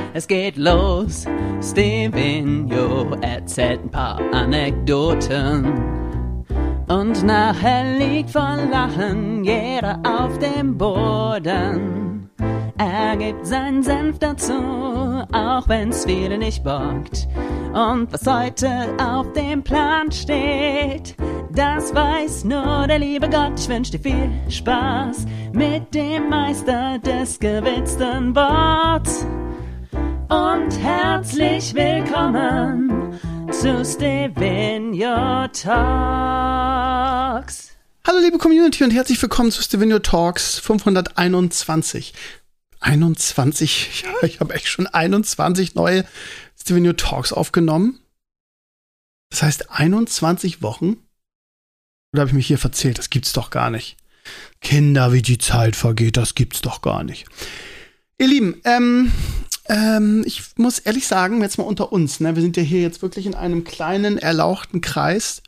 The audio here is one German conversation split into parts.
Es geht los, Stevenio erzählt ein paar Anekdoten. Und nachher liegt vor Lachen jeder auf dem Boden. Er gibt seinen Senf dazu, auch wenn's viele nicht bockt. Und was heute auf dem Plan steht, das weiß nur der liebe Gott. Ich wünsch dir viel Spaß mit dem Meister des gewitzten Worts. Und herzlich willkommen zu Stevenio Talks. Hallo liebe Community und herzlich willkommen zu Stevenio Talks 521. 21? Ja, ich habe echt schon 21 neue Stevenio Talks aufgenommen. Das heißt 21 Wochen? Oder habe ich mich hier verzählt? Das gibt's doch gar nicht. Kinder, wie die Zeit vergeht, das gibt's doch gar nicht. Ihr Lieben, ich muss ehrlich sagen, jetzt mal unter uns, ne? Wir sind ja hier jetzt wirklich in einem kleinen, erlauchten Kreis.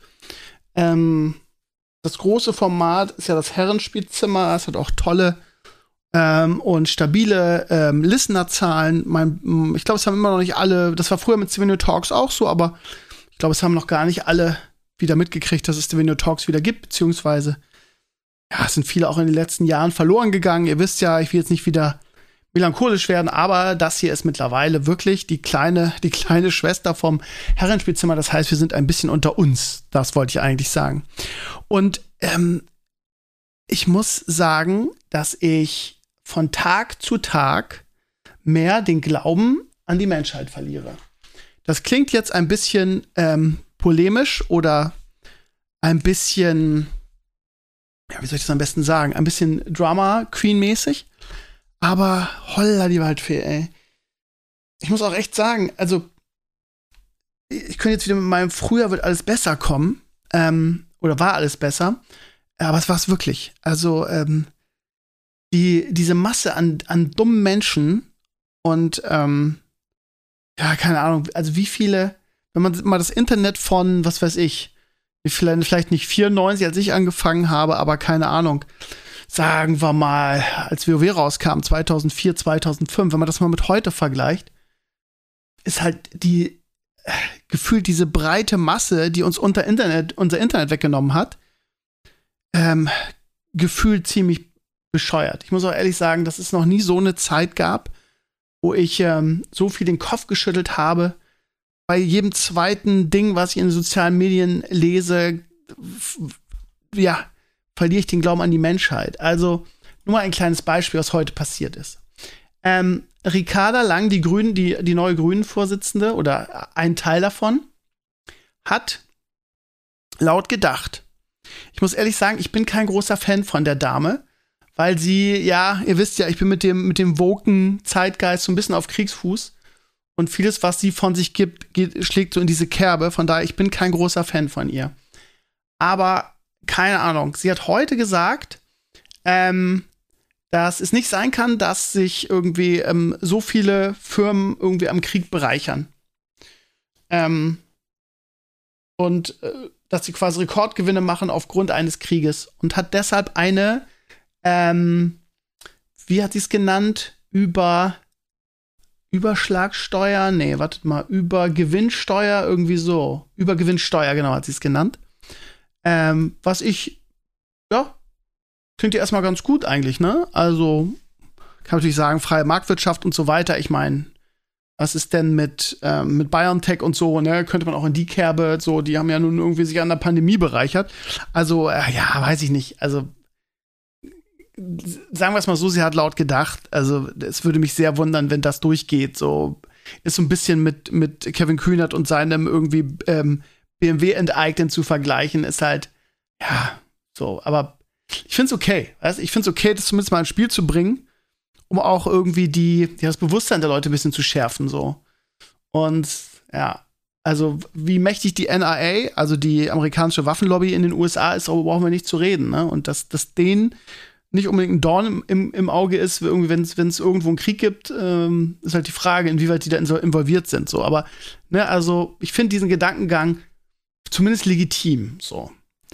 Das große Format ist ja das Herrenspielzimmer. Es hat auch tolle und stabile Listenerzahlen. Ich glaube, es haben immer noch nicht alle, das war früher mit Stevenio Talks auch so, aber ich glaube, es haben noch gar nicht alle wieder mitgekriegt, dass es Stevenio Talks wieder gibt, beziehungsweise, ja, es sind viele auch in den letzten Jahren verloren gegangen. Ihr wisst ja, ich will jetzt nicht wieder melancholisch werden, aber das hier ist mittlerweile wirklich die kleine Schwester vom Herrenspielzimmer. Das heißt, wir sind ein bisschen unter uns. Das wollte ich eigentlich sagen. Und ich muss sagen, dass ich von Tag zu Tag mehr den Glauben an die Menschheit verliere. Das klingt jetzt ein bisschen polemisch oder ein bisschen, ja, wie soll ich das am besten sagen, ein bisschen Drama-Queen-mäßig. Aber holla die Waldfee, ey. Ich muss auch echt sagen, also ich könnte jetzt wieder mit meinem Früher wird alles besser kommen, oder war alles besser, aber es war es wirklich. Also diese Masse an dummen Menschen und ja, keine Ahnung, also wie viele, wenn man mal das Internet von, was weiß ich, vielleicht nicht 94, als ich angefangen habe, aber keine Ahnung, sagen wir mal, als WoW rauskam, 2004, 2005, wenn man das mal mit heute vergleicht, ist halt gefühlt diese breite Masse, die uns unser Internet weggenommen hat, gefühlt ziemlich bescheuert. Ich muss auch ehrlich sagen, dass es noch nie so eine Zeit gab, wo ich so viel den Kopf geschüttelt habe. Bei jedem zweiten Ding, was ich in den sozialen Medien lese, ja, verliere ich den Glauben an die Menschheit. Also, nur mal ein kleines Beispiel, was heute passiert ist. Ricarda Lang, die neue Grünen-Vorsitzende oder ein Teil davon, hat laut gedacht. Ich muss ehrlich sagen, ich bin kein großer Fan von der Dame, weil sie, ja, ihr wisst ja, ich bin mit dem woken Zeitgeist so ein bisschen auf Kriegsfuß und vieles, was sie von sich gibt, schlägt so in diese Kerbe. Von daher, ich bin kein großer Fan von ihr. Aber keine Ahnung. Sie hat heute gesagt, dass es nicht sein kann, dass sich irgendwie so viele Firmen irgendwie am Krieg bereichern. Und dass sie quasi Rekordgewinne machen aufgrund eines Krieges. Und hat deshalb eine, wie hat sie es genannt? Überschlagsteuer? Nee, wartet mal. Übergewinnsteuer, irgendwie so. Übergewinnsteuer, genau, hat sie es genannt. Was ich, ja, klingt ja erstmal ganz gut eigentlich, ne? Also, kann natürlich sagen, freie Marktwirtschaft und so weiter. Ich meine, was ist denn mit BioNTech und so, ne? Könnte man auch in die Kerbe, so, die haben ja nun irgendwie sich an der Pandemie bereichert. Also, ja, weiß ich nicht. Also, sagen wir es mal so, sie hat laut gedacht. Also, es würde mich sehr wundern, wenn das durchgeht. So, ist so ein bisschen mit Kevin Kühnert und seinem irgendwie, BMW enteignen zu vergleichen, ist halt, ja, so, aber ich find's okay, weißt? Ich find's okay, das zumindest mal ins Spiel zu bringen, um auch irgendwie das Bewusstsein der Leute ein bisschen zu schärfen, so. Und, ja, also, wie mächtig die NRA, also die amerikanische Waffenlobby in den USA ist, darüber brauchen wir nicht zu reden, ne? Und dass denen nicht unbedingt ein Dorn im Auge ist, irgendwie, wenn es irgendwo einen Krieg gibt, ist halt die Frage, inwieweit die da involviert sind, so. Aber, ne, also, ich finde diesen Gedankengang zumindest legitim, so.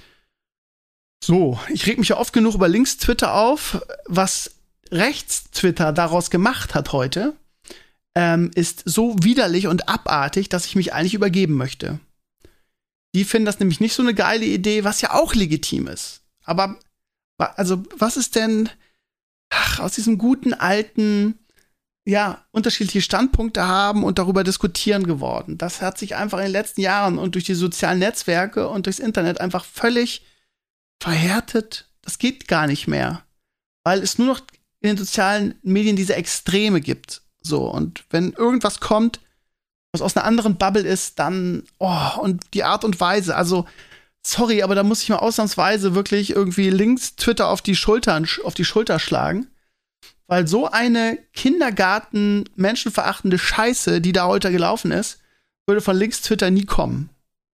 So, ich reg mich ja oft genug über Links-Twitter auf. Was Rechts-Twitter daraus gemacht hat heute, ist so widerlich und abartig, dass ich mich eigentlich übergeben möchte. Die finden das nämlich nicht so eine geile Idee, was ja auch legitim ist. Aber, also, was ist denn aus diesem guten alten, ja, unterschiedliche Standpunkte haben und darüber diskutieren geworden? Das hat sich einfach in den letzten Jahren und durch die sozialen Netzwerke und durchs Internet einfach völlig verhärtet. Das geht gar nicht mehr. Weil es nur noch in den sozialen Medien diese Extreme gibt. So, und wenn irgendwas kommt, was aus einer anderen Bubble ist, dann, und die Art und Weise, also, sorry, aber da muss ich mal ausnahmsweise wirklich irgendwie links Twitter auf die Schulter schlagen, weil so eine Kindergarten-menschenverachtende Scheiße, die da heute gelaufen ist, würde von links Twitter nie kommen.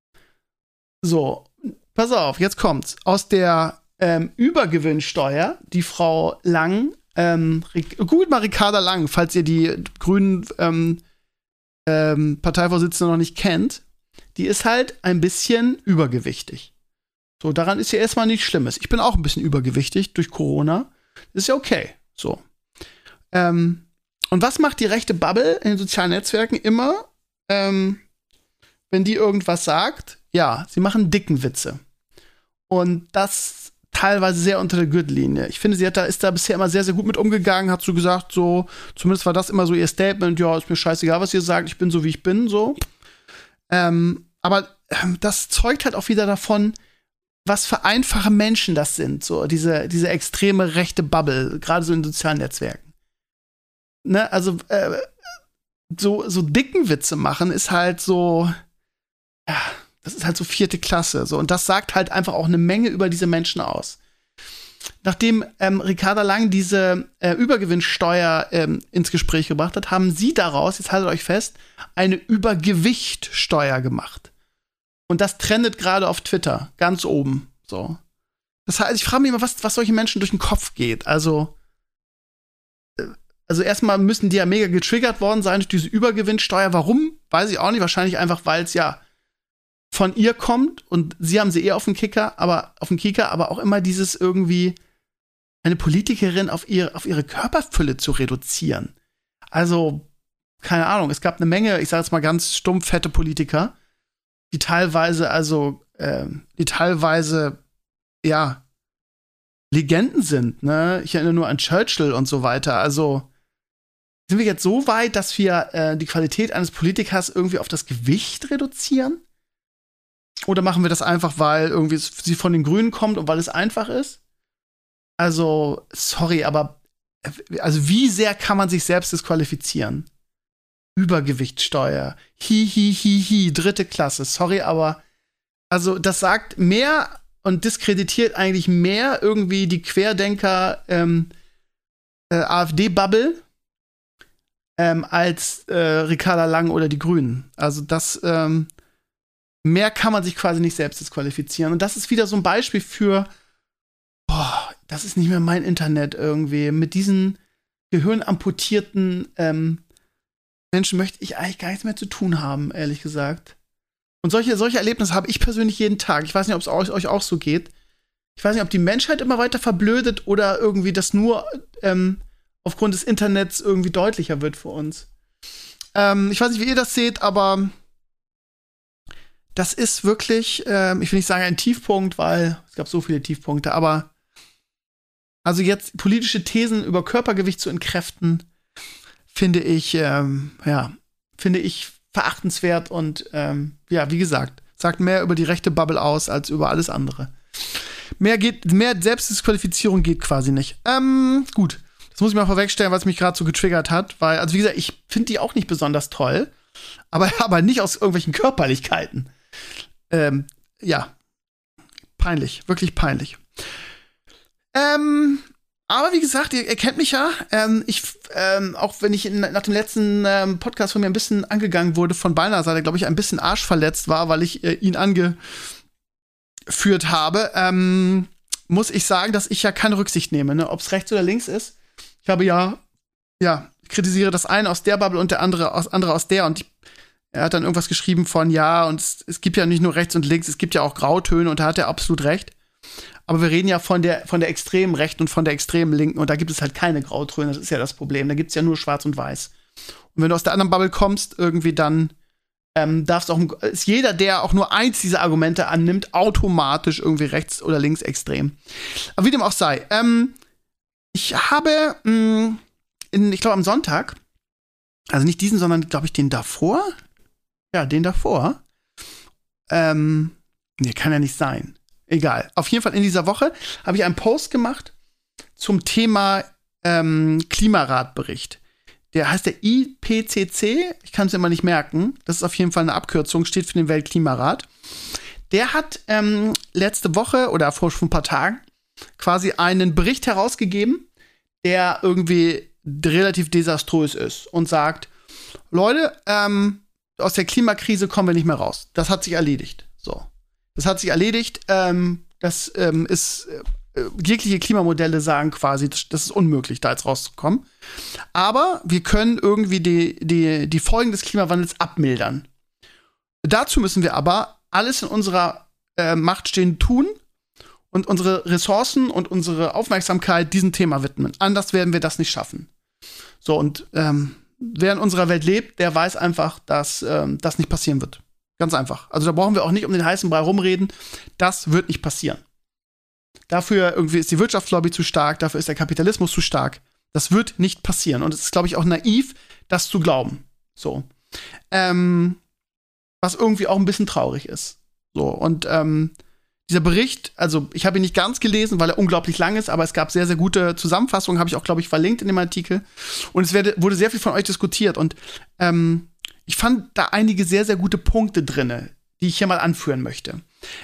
So, pass auf, jetzt kommt's. Aus der Übergewinnsteuer, die Frau Lang, googelt mal Ricarda Lang, falls ihr die grünen Parteivorsitzende noch nicht kennt, die ist halt ein bisschen übergewichtig. So, daran ist ja erstmal nichts Schlimmes. Ich bin auch ein bisschen übergewichtig durch Corona. Das ist ja okay. So. Und was macht die rechte Bubble in den sozialen Netzwerken immer, wenn die irgendwas sagt? Ja, sie machen dicken Witze. Und das teilweise sehr unter der Gürtellinie. Ich finde, ist da bisher immer sehr, sehr gut mit umgegangen, hat so gesagt, so, zumindest war das immer so ihr Statement, ja, ist mir scheißegal, was ihr sagt, ich bin so, wie ich bin, so. Aber das zeugt halt auch wieder davon, was für einfache Menschen das sind, so, diese extreme rechte Bubble, gerade so in sozialen Netzwerken. Ne, also, so dicken Witze machen ist halt so, ja, das ist halt so 4. Klasse. So. Und das sagt halt einfach auch eine Menge über diese Menschen aus. Nachdem Ricarda Lang diese Übergewinnsteuer ins Gespräch gebracht hat, haben sie daraus, jetzt haltet euch fest, eine Übergewichtsteuer gemacht. Und das trendet gerade auf Twitter, ganz oben. So. Das heißt, ich frage mich immer, was solchen Menschen durch den Kopf geht. Also erstmal müssen die ja mega getriggert worden sein durch diese Übergewinnsteuer. Warum? Weiß ich auch nicht. Wahrscheinlich einfach, weil es ja von ihr kommt und sie haben sie eher auf den Kicker, aber auch immer dieses irgendwie eine Politikerin auf ihre Körperfülle zu reduzieren. Also, keine Ahnung, es gab eine Menge, ich sage jetzt mal ganz stumpf, fette Politiker, die teilweise, ja, Legenden sind, ne? Ich erinnere nur an Churchill und so weiter. Also, sind wir jetzt so weit, dass wir die Qualität eines Politikers irgendwie auf das Gewicht reduzieren? Oder machen wir das einfach, weil irgendwie sie von den Grünen kommt und weil es einfach ist? Also, sorry, aber also wie sehr kann man sich selbst disqualifizieren? Übergewichtssteuer. 3. Klasse. Sorry, aber also das sagt mehr und diskreditiert eigentlich mehr irgendwie die Querdenker AfD-Bubble als Ricarda Lang oder die Grünen. Also das mehr kann man sich quasi nicht selbst disqualifizieren. Und das ist wieder so ein Beispiel für, das ist nicht mehr mein Internet irgendwie. Mit diesen gehirnamputierten Menschen möchte ich eigentlich gar nichts mehr zu tun haben, ehrlich gesagt. Und solche Erlebnisse habe ich persönlich jeden Tag. Ich weiß nicht, ob es euch auch so geht. Ich weiß nicht, ob die Menschheit immer weiter verblödet oder irgendwie das nur aufgrund des Internets irgendwie deutlicher wird für uns. Ich weiß nicht, wie ihr das seht, aber das ist wirklich, ich will nicht sagen ein Tiefpunkt, weil es gab so viele Tiefpunkte, aber also jetzt politische Thesen über Körpergewicht zu entkräften, finde ich verachtenswert und ja, wie gesagt, sagt mehr über die rechte Bubble aus als über alles andere. Mehr Selbstdisqualifizierung geht quasi nicht. Gut, das muss ich mal vorwegstellen, was mich gerade so getriggert hat, weil, also wie gesagt, ich finde die auch nicht besonders toll, aber nicht aus irgendwelchen Körperlichkeiten. Ja, peinlich, wirklich peinlich. Aber wie gesagt, ihr kennt mich ja. Auch wenn ich nach dem letzten Podcast von mir ein bisschen angegangen wurde von Balner Seite, glaube ich, ein bisschen arschverletzt war, weil ich ihn angeführt habe, muss ich sagen, dass ich ja keine Rücksicht nehme, ne? Ob es rechts oder links ist. Ich habe ich kritisiere das eine aus der Bubble und der andere aus der. Und er hat dann irgendwas geschrieben von, ja, und es gibt ja nicht nur rechts und links, es gibt ja auch Grautöne und da hat er absolut recht. Aber wir reden ja von der extremen Rechten und von der extremen Linken und da gibt es halt keine Grautöne, das ist ja das Problem. Da gibt es ja nur Schwarz und Weiß. Und wenn du aus der anderen Bubble kommst, irgendwie dann ist jeder, der auch nur eins dieser Argumente annimmt, automatisch irgendwie rechts- oder linksextrem. Aber wie dem auch sei. Ich habe, ich glaube am Sonntag, also nicht diesen, sondern glaube ich den davor. Ja, den davor. Nee, kann ja nicht sein. Egal. Auf jeden Fall in dieser Woche habe ich einen Post gemacht zum Thema Klimaratbericht. Der heißt der IPCC. Ich kann es immer nicht merken. Das ist auf jeden Fall eine Abkürzung, steht für den Weltklimarat. Der hat letzte Woche oder vor schon ein paar Tagen quasi einen Bericht herausgegeben, der irgendwie relativ desaströs ist und sagt, Leute, aus der Klimakrise kommen wir nicht mehr raus. Das hat sich erledigt. So. Das hat sich erledigt. Jegliche Klimamodelle sagen quasi, das ist unmöglich, da jetzt rauszukommen. Aber wir können irgendwie die Folgen des Klimawandels abmildern. Dazu müssen wir aber alles in unserer Macht Stehende tun und unsere Ressourcen und unsere Aufmerksamkeit diesem Thema widmen. Anders werden wir das nicht schaffen. So, und wer in unserer Welt lebt, der weiß einfach, dass das nicht passieren wird. Ganz einfach. Also da brauchen wir auch nicht um den heißen Brei rumreden. Das wird nicht passieren. Dafür irgendwie ist die Wirtschaftslobby zu stark, dafür ist der Kapitalismus zu stark. Das wird nicht passieren. Und es ist, glaube ich, auch naiv, das zu glauben. So. Was irgendwie auch ein bisschen traurig ist. So. Und dieser Bericht, also ich habe ihn nicht ganz gelesen, weil er unglaublich lang ist, aber es gab sehr, sehr gute Zusammenfassungen, habe ich auch, glaube ich, verlinkt in dem Artikel. Und es wurde sehr viel von euch diskutiert. Und ich fand da einige sehr, sehr gute Punkte drin, die ich hier mal anführen möchte.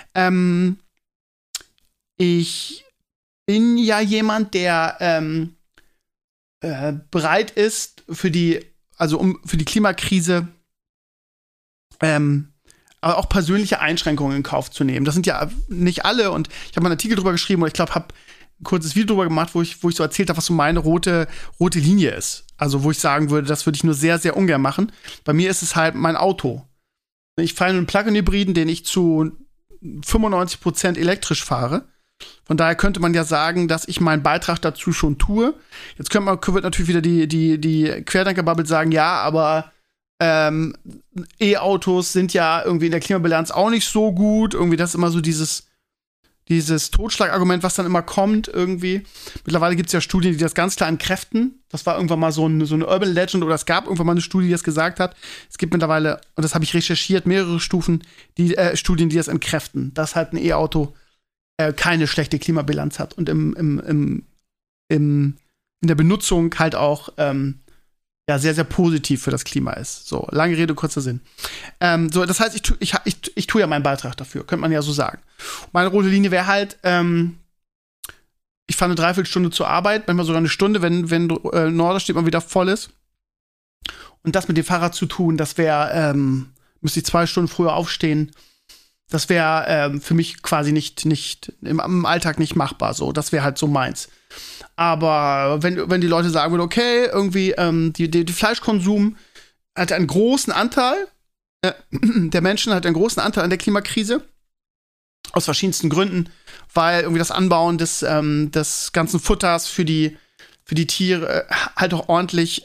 Ich bin ja jemand, der bereit ist, für die Klimakrise aber auch persönliche Einschränkungen in Kauf zu nehmen. Das sind ja nicht alle, und ich habe mal einen Artikel drüber geschrieben und ich glaube, habe ein kurzes Video drüber gemacht, wo ich so erzählt habe, was so meine rote Linie ist. Also wo ich sagen würde, das würde ich nur sehr, sehr ungern machen. Bei mir ist es halt mein Auto. Ich fahre einen Plug-in-Hybriden, den ich zu 95% elektrisch fahre. Von daher könnte man ja sagen, dass ich meinen Beitrag dazu schon tue. Jetzt wird natürlich wieder die Querdenker-Bubble sagen, ja, aber E-Autos sind ja irgendwie in der Klimabilanz auch nicht so gut. Irgendwie das ist immer so dieses Totschlagargument, was dann immer kommt irgendwie. Mittlerweile gibt es ja Studien, die das ganz klar entkräften. Das war irgendwann mal so eine Urban Legend, oder es gab irgendwann mal eine Studie, die das gesagt hat. Es gibt mittlerweile, und das habe ich recherchiert, mehrere Studien, die das entkräften, dass halt ein E-Auto keine schlechte Klimabilanz hat und in der Benutzung halt auch sehr, sehr positiv für das Klima ist. So, lange Rede, kurzer Sinn. Das heißt, ich tue ja meinen Beitrag dafür, könnte man ja so sagen. Meine rote Linie wäre halt, ich fahre eine Dreiviertelstunde zur Arbeit, manchmal sogar eine Stunde, wenn Norderstedt mal wieder voll ist. Und das mit dem Fahrrad zu tun, das wäre, müsste ich 2 Stunden früher aufstehen. Das wäre für mich quasi nicht im Alltag nicht machbar. So, das wäre halt so meins. Aber wenn die Leute sagen würden, okay, irgendwie die Fleischkonsum hat einen großen Anteil, der Menschen hat einen großen Anteil an der Klimakrise, aus verschiedensten Gründen, weil irgendwie das Anbauen des ganzen Futters für die Tiere halt auch ordentlich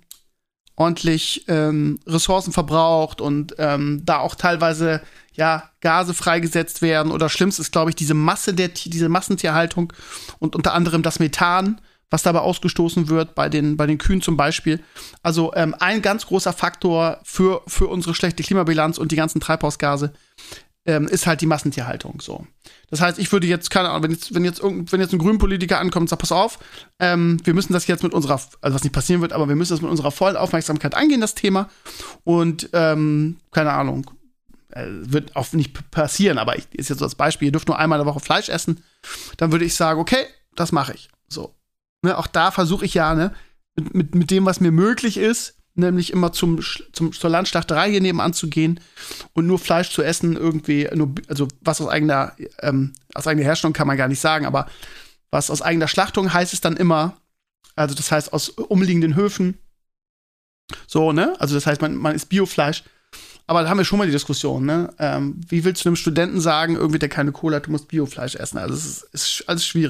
Ressourcen verbraucht und da auch teilweise Gase freigesetzt werden, oder schlimmst ist, glaube ich, diese Massentierhaltung und unter anderem das Methan, was dabei ausgestoßen wird bei den Kühen zum Beispiel. Also ein ganz großer Faktor für unsere schlechte Klimabilanz und die ganzen Treibhausgase ist halt die Massentierhaltung. So. Das heißt, ich würde jetzt, keine Ahnung, wenn jetzt ein Grünpolitiker ankommt und sagt, pass auf, wir müssen das jetzt mit unserer, also was nicht passieren wird, aber wir müssen das mit unserer vollen Aufmerksamkeit angehen, das Thema. Und keine Ahnung, wird auch nicht passieren, aber ist jetzt so das Beispiel, ihr dürft nur einmal in der Woche Fleisch essen, dann würde ich sagen, okay, das mache ich. So. Ne, auch da versuche ich ja, ne, mit dem, was mir möglich ist, nämlich immer zur Landschlachterei hier nebenan zu gehen und nur Fleisch zu essen, irgendwie, also was aus eigener Herstellung kann man gar nicht sagen, aber was aus eigener Schlachtung heißt es dann immer, also das heißt aus umliegenden Höfen, so, ne, also das heißt, man isst Biofleisch. Aber da haben wir schon mal die Diskussion, ne? Wie willst du einem Studenten sagen, irgendwie, der keine Kohle hat, du musst Biofleisch essen? Also, es ist alles schwierig.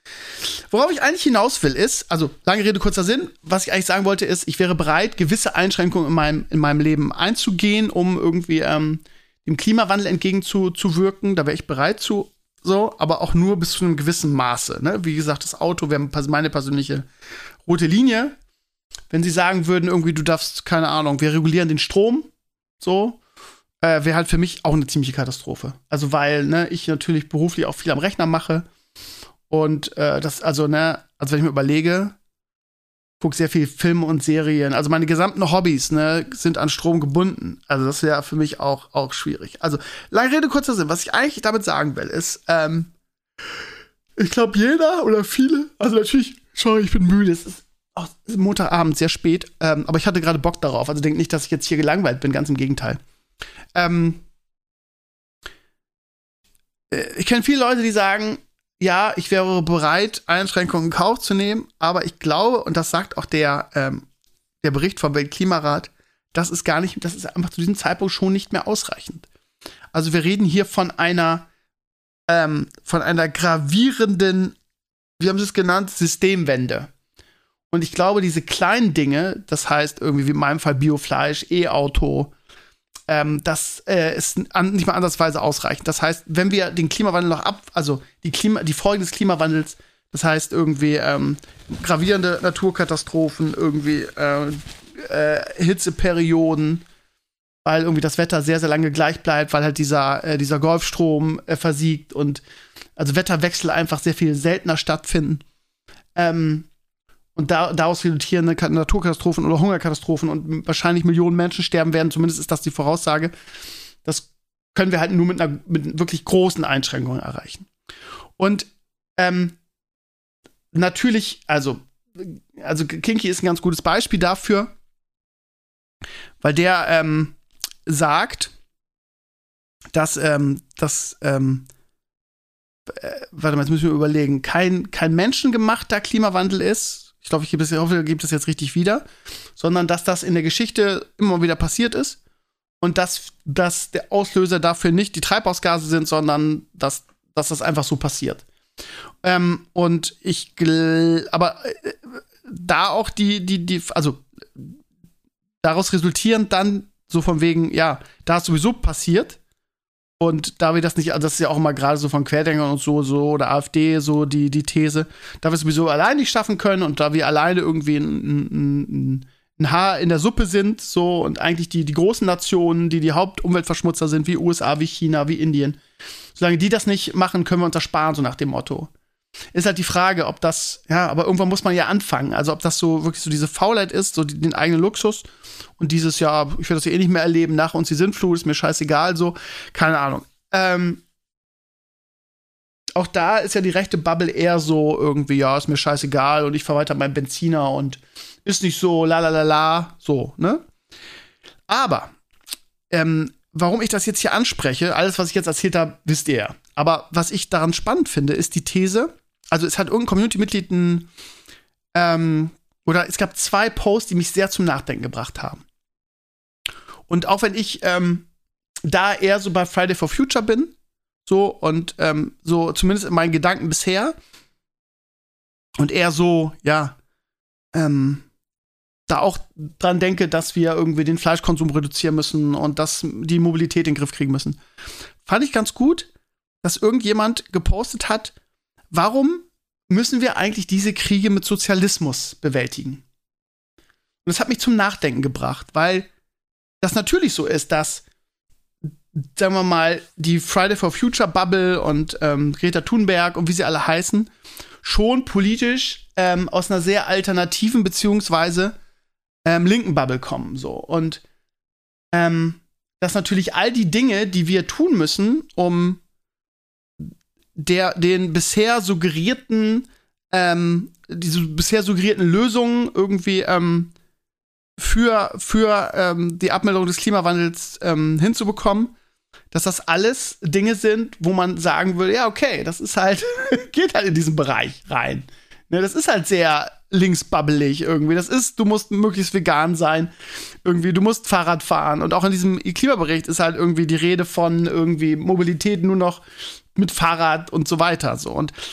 Worauf ich eigentlich hinaus will, ist, also lange Rede, kurzer Sinn, was ich eigentlich sagen wollte, ist, ich wäre bereit, gewisse Einschränkungen in meinem Leben einzugehen, um irgendwie dem Klimawandel entgegenzuwirken. Da wäre ich bereit zu, so, aber auch nur bis zu einem gewissen Maße. Ne? Wie gesagt, das Auto wäre meine persönliche rote Linie. Wenn sie sagen würden, irgendwie, du darfst, keine Ahnung, wir regulieren den Strom, so, wäre halt für mich auch eine ziemliche Katastrophe. Also, weil, ne, ich natürlich beruflich auch viel am Rechner mache. Und also wenn ich mir überlege, gucke sehr viel Filme und Serien, also meine gesamten Hobbys, ne, sind an Strom gebunden. Also das wäre für mich auch schwierig. Also, lange Rede, kurzer Sinn, was ich eigentlich damit sagen will, ist, ich glaube, jeder oder viele, also natürlich, sorry, ich bin müde, es ist Montagabend, sehr spät, aber ich hatte gerade Bock darauf, also denkt nicht, dass ich jetzt hier gelangweilt bin, ganz im Gegenteil. Ich kenne viele Leute, die sagen, ja, ich wäre bereit, Einschränkungen in Kauf zu nehmen, aber ich glaube, und das sagt auch der Bericht vom Weltklimarat, das ist einfach zu diesem Zeitpunkt schon nicht mehr ausreichend. Also wir reden hier von einer gravierenden, wie haben sie es genannt, Systemwende. Und ich glaube, diese kleinen Dinge, das heißt irgendwie wie in meinem Fall Biofleisch, E-Auto, das ist nicht mal ansatzweise ausreichend. Das heißt, wenn wir den Klimawandel noch die Folgen des Klimawandels, das heißt irgendwie gravierende Naturkatastrophen, irgendwie Hitzeperioden, weil irgendwie das Wetter sehr, sehr lange gleich bleibt, weil halt dieser Golfstrom versiegt und also Wetterwechsel einfach sehr viel seltener stattfinden. Und daraus resultierende Naturkatastrophen oder Hungerkatastrophen und wahrscheinlich Millionen Menschen sterben werden, zumindest ist das die Voraussage. Das können wir halt nur mit wirklich großen Einschränkungen erreichen. Und natürlich, also Kinky ist ein ganz gutes Beispiel dafür, weil der sagt, dass warte mal, jetzt müssen wir überlegen, kein menschengemachter Klimawandel ist. Ich glaube, ich hoffe, ich gebe das jetzt richtig wieder, sondern dass das in der Geschichte immer wieder passiert ist und dass der Auslöser dafür nicht die Treibhausgase sind, sondern dass das einfach so passiert. Und aber da auch also daraus resultierend dann so von wegen, ja, da ist sowieso passiert. Und da wir das nicht, also das ist ja auch immer gerade so von Querdenkern und so oder AfD, so die These, da wir es sowieso allein nicht schaffen können und da wir alleine irgendwie ein Haar in der Suppe sind, so und eigentlich die großen Nationen, die Hauptumweltverschmutzer sind, wie USA, wie China, wie Indien, solange die das nicht machen, können wir uns das sparen, so nach dem Motto. Ist halt die Frage, ob das, ja, aber irgendwann muss man ja anfangen, also ob das so wirklich so diese Faulheit ist, so den eigenen Luxus und dieses, ja, ich werde das ja eh nicht mehr erleben, nach uns die Sintflut, ist mir scheißegal, so, keine Ahnung. Auch da ist ja die rechte Bubble eher so irgendwie, ja, ist mir scheißegal und ich fahre weiter meinen Benziner und ist nicht so, so, ne? Aber, warum ich das jetzt hier anspreche, alles, was ich jetzt erzählt habe, wisst ihr ja. Aber was ich daran spannend finde, ist die These, also es hat irgendein Community-Mitglied oder es gab 2 Posts, die mich sehr zum Nachdenken gebracht haben. Und auch wenn ich da eher so bei Friday for Future bin, so und so zumindest in meinen Gedanken bisher und eher so, ja, da auch dran denke, dass wir irgendwie den Fleischkonsum reduzieren müssen und dass die Mobilität in den Griff kriegen müssen. Fand ich ganz gut, dass irgendjemand gepostet hat, warum müssen wir eigentlich diese Kriege mit Sozialismus bewältigen? Und das hat mich zum Nachdenken gebracht, weil das natürlich so ist, dass, sagen wir mal, die Friday for Future Bubble und Greta Thunberg und wie sie alle heißen, schon politisch aus einer sehr alternativen beziehungsweise linken Bubble kommen. So. Und dass natürlich all die Dinge, die wir tun müssen, um den bisher suggerierten Lösungen irgendwie für die Abmilderung des Klimawandels hinzubekommen, dass das alles Dinge sind, wo man sagen will, ja, okay, das ist halt, geht halt in diesen Bereich rein. Ne, das ist halt sehr linksbabbelig irgendwie. Du musst möglichst vegan sein. Irgendwie, du musst Fahrrad fahren. Und auch in diesem Klimabericht ist halt irgendwie die Rede von irgendwie Mobilität nur noch mit Fahrrad und so weiter. So. Und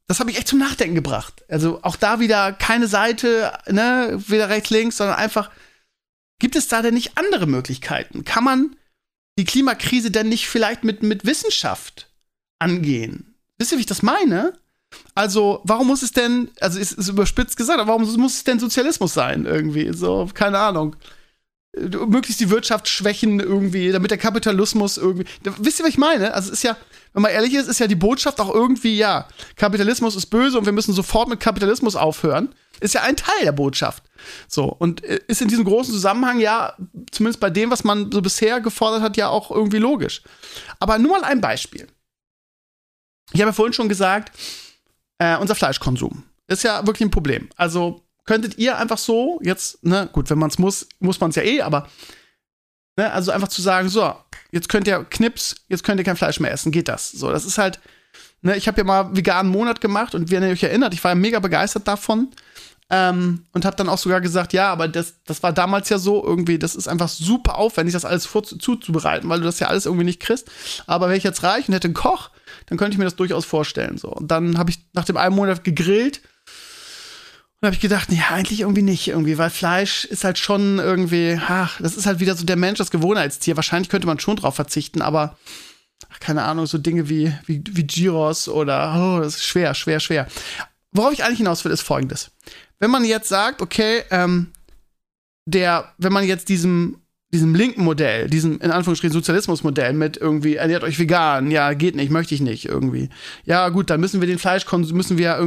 das hat mich echt zum Nachdenken gebracht. Also auch da wieder keine Seite, ne, weder rechts, links, sondern einfach, gibt es da denn nicht andere Möglichkeiten? Kann man die Klimakrise denn nicht vielleicht mit Wissenschaft angehen? Wisst ihr, wie ich das meine? Also, warum muss es denn, also ist überspitzt gesagt, aber warum muss es denn Sozialismus sein irgendwie? So, keine Ahnung. Möglichst die Wirtschaft schwächen irgendwie, damit der Kapitalismus irgendwie. Wisst ihr, was ich meine? Also, es ist ja, wenn man ehrlich ist ja die Botschaft auch irgendwie, ja, Kapitalismus ist böse und wir müssen sofort mit Kapitalismus aufhören. Ist ja ein Teil der Botschaft. So, und ist in diesem großen Zusammenhang ja, zumindest bei dem, was man so bisher gefordert hat, ja auch irgendwie logisch. Aber nur mal ein Beispiel. Ich habe ja vorhin schon gesagt, unser Fleischkonsum ist ja wirklich ein Problem. Also könntet ihr einfach so jetzt, ne, gut, wenn man es muss man es ja aber, ne, also einfach zu sagen, so, jetzt könnt ihr kein Fleisch mehr essen, geht das? So, das ist halt, ne, ich habe ja mal veganen Monat gemacht und wenn ihr euch erinnert, ich war ja mega begeistert davon und habe dann auch sogar gesagt, ja, aber das war damals ja so irgendwie, das ist einfach super aufwendig, das alles zuzubereiten, weil du das ja alles irgendwie nicht kriegst. Aber wenn ich jetzt reich und hätte einen Koch, dann könnte ich mir das durchaus vorstellen. So. Und dann habe ich nach dem einen Monat gegrillt und habe ich gedacht, ja, eigentlich irgendwie nicht, irgendwie, weil Fleisch ist halt schon irgendwie, das ist halt wieder so der Mensch, das Gewohnheitstier. Wahrscheinlich könnte man schon drauf verzichten, aber keine Ahnung, so Dinge wie Gyros oder, das ist schwer. Worauf ich eigentlich hinaus will, ist Folgendes. Wenn man jetzt sagt, okay, wenn man jetzt diesem linken Modell, diesem in Anführungsstrichen Sozialismusmodell mit irgendwie, ernährt euch vegan, ja, geht nicht, möchte ich nicht irgendwie. Ja, gut, dann müssen wir den Fleischkonsum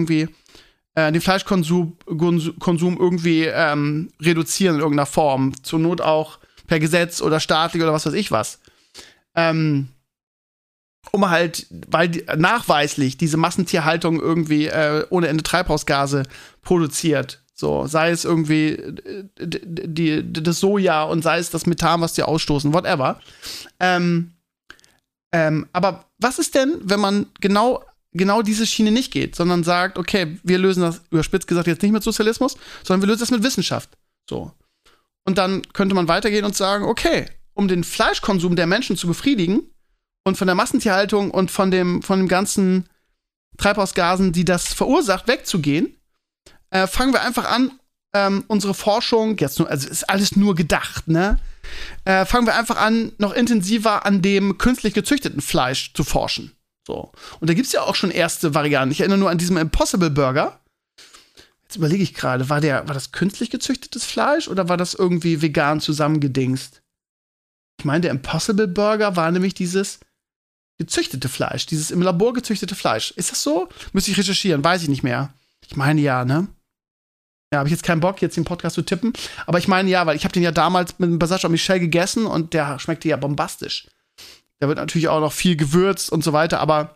irgendwie reduzieren in irgendeiner Form. Zur Not auch per Gesetz oder staatlich oder was weiß ich was. Um halt, weil nachweislich diese Massentierhaltung irgendwie ohne Ende Treibhausgase produziert. So, sei es irgendwie das Soja und sei es das Methan, was die ausstoßen, whatever. Aber was ist denn, wenn man genau diese Schiene nicht geht, sondern sagt, okay, wir lösen das, überspitzt gesagt, jetzt nicht mit Sozialismus, sondern wir lösen das mit Wissenschaft. So. Und dann könnte man weitergehen und sagen, okay, um den Fleischkonsum der Menschen zu befriedigen und von der Massentierhaltung und von dem ganzen Treibhausgasen, die das verursacht, wegzugehen, fangen wir einfach an, unsere Forschung, also ist alles nur gedacht, ne? Fangen wir einfach an, noch intensiver an dem künstlich gezüchteten Fleisch zu forschen. So. Und da gibt's ja auch schon erste Varianten. Ich erinnere nur an diesen Impossible Burger. Jetzt überlege ich gerade, war das künstlich gezüchtetes Fleisch oder war das irgendwie vegan zusammengedingst? Ich meine, der Impossible Burger war nämlich dieses gezüchtete Fleisch, dieses im Labor gezüchtete Fleisch. Ist das so? Müsste ich recherchieren, weiß ich nicht mehr. Ich meine ja, ne? Ja, habe ich jetzt keinen Bock, jetzt den Podcast zu tippen. Aber ich meine ja, weil ich habe den ja damals mit dem Passage an Michel gegessen und der schmeckte ja bombastisch. Da wird natürlich auch noch viel gewürzt und so weiter, aber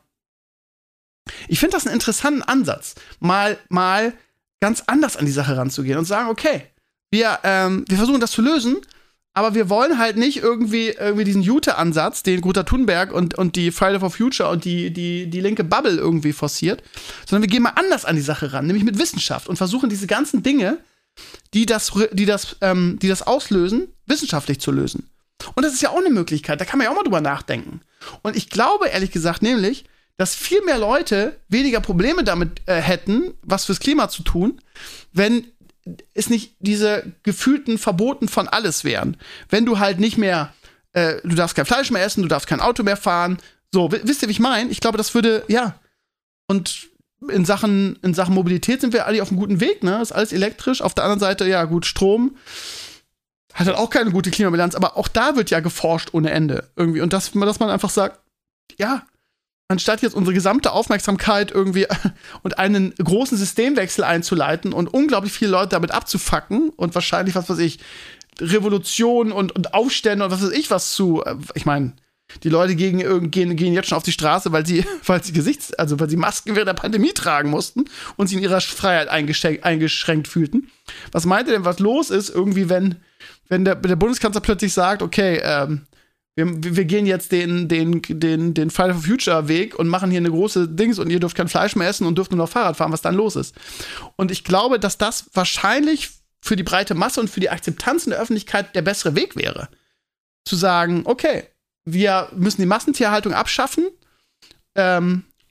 ich finde das einen interessanten Ansatz, mal ganz anders an die Sache ranzugehen und sagen, okay, wir versuchen das zu lösen, aber wir wollen halt nicht irgendwie diesen Jute-Ansatz, den Greta Thunberg und die Friday for Future und die linke Bubble irgendwie forciert, sondern wir gehen mal anders an die Sache ran, nämlich mit Wissenschaft und versuchen diese ganzen Dinge, die das auslösen, wissenschaftlich zu lösen. Und das ist ja auch eine Möglichkeit, da kann man ja auch mal drüber nachdenken. Und ich glaube, ehrlich gesagt, nämlich, dass viel mehr Leute weniger Probleme damit hätten, was fürs Klima zu tun, wenn es nicht diese gefühlten Verboten von alles wären. Wenn du halt nicht mehr, du darfst kein Fleisch mehr essen, du darfst kein Auto mehr fahren. So, wisst ihr, wie ich meine? Ich glaube, das würde, ja. Und in Sachen Mobilität sind wir alle auf einem guten Weg, ne? Ist alles elektrisch. Auf der anderen Seite, ja, gut, Strom hat halt auch keine gute Klimabilanz, aber auch da wird ja geforscht ohne Ende irgendwie. Und dass man einfach sagt, ja, anstatt jetzt unsere gesamte Aufmerksamkeit irgendwie und einen großen Systemwechsel einzuleiten und unglaublich viele Leute damit abzufacken und wahrscheinlich, was weiß ich, Revolution und Aufstände und was weiß ich was ich meine, die Leute gehen jetzt schon auf die Straße, weil sie Masken während der Pandemie tragen mussten und sie in ihrer Freiheit eingeschränkt fühlten. Was meint ihr denn, was los ist irgendwie, wenn der Bundeskanzler plötzlich sagt, okay, wir gehen jetzt den Friday for Future Weg und machen hier eine große Dings und ihr dürft kein Fleisch mehr essen und dürft nur noch Fahrrad fahren, was dann los ist. Und ich glaube, dass das wahrscheinlich für die breite Masse und für die Akzeptanz in der Öffentlichkeit der bessere Weg wäre. Zu sagen, okay, wir müssen die Massentierhaltung abschaffen,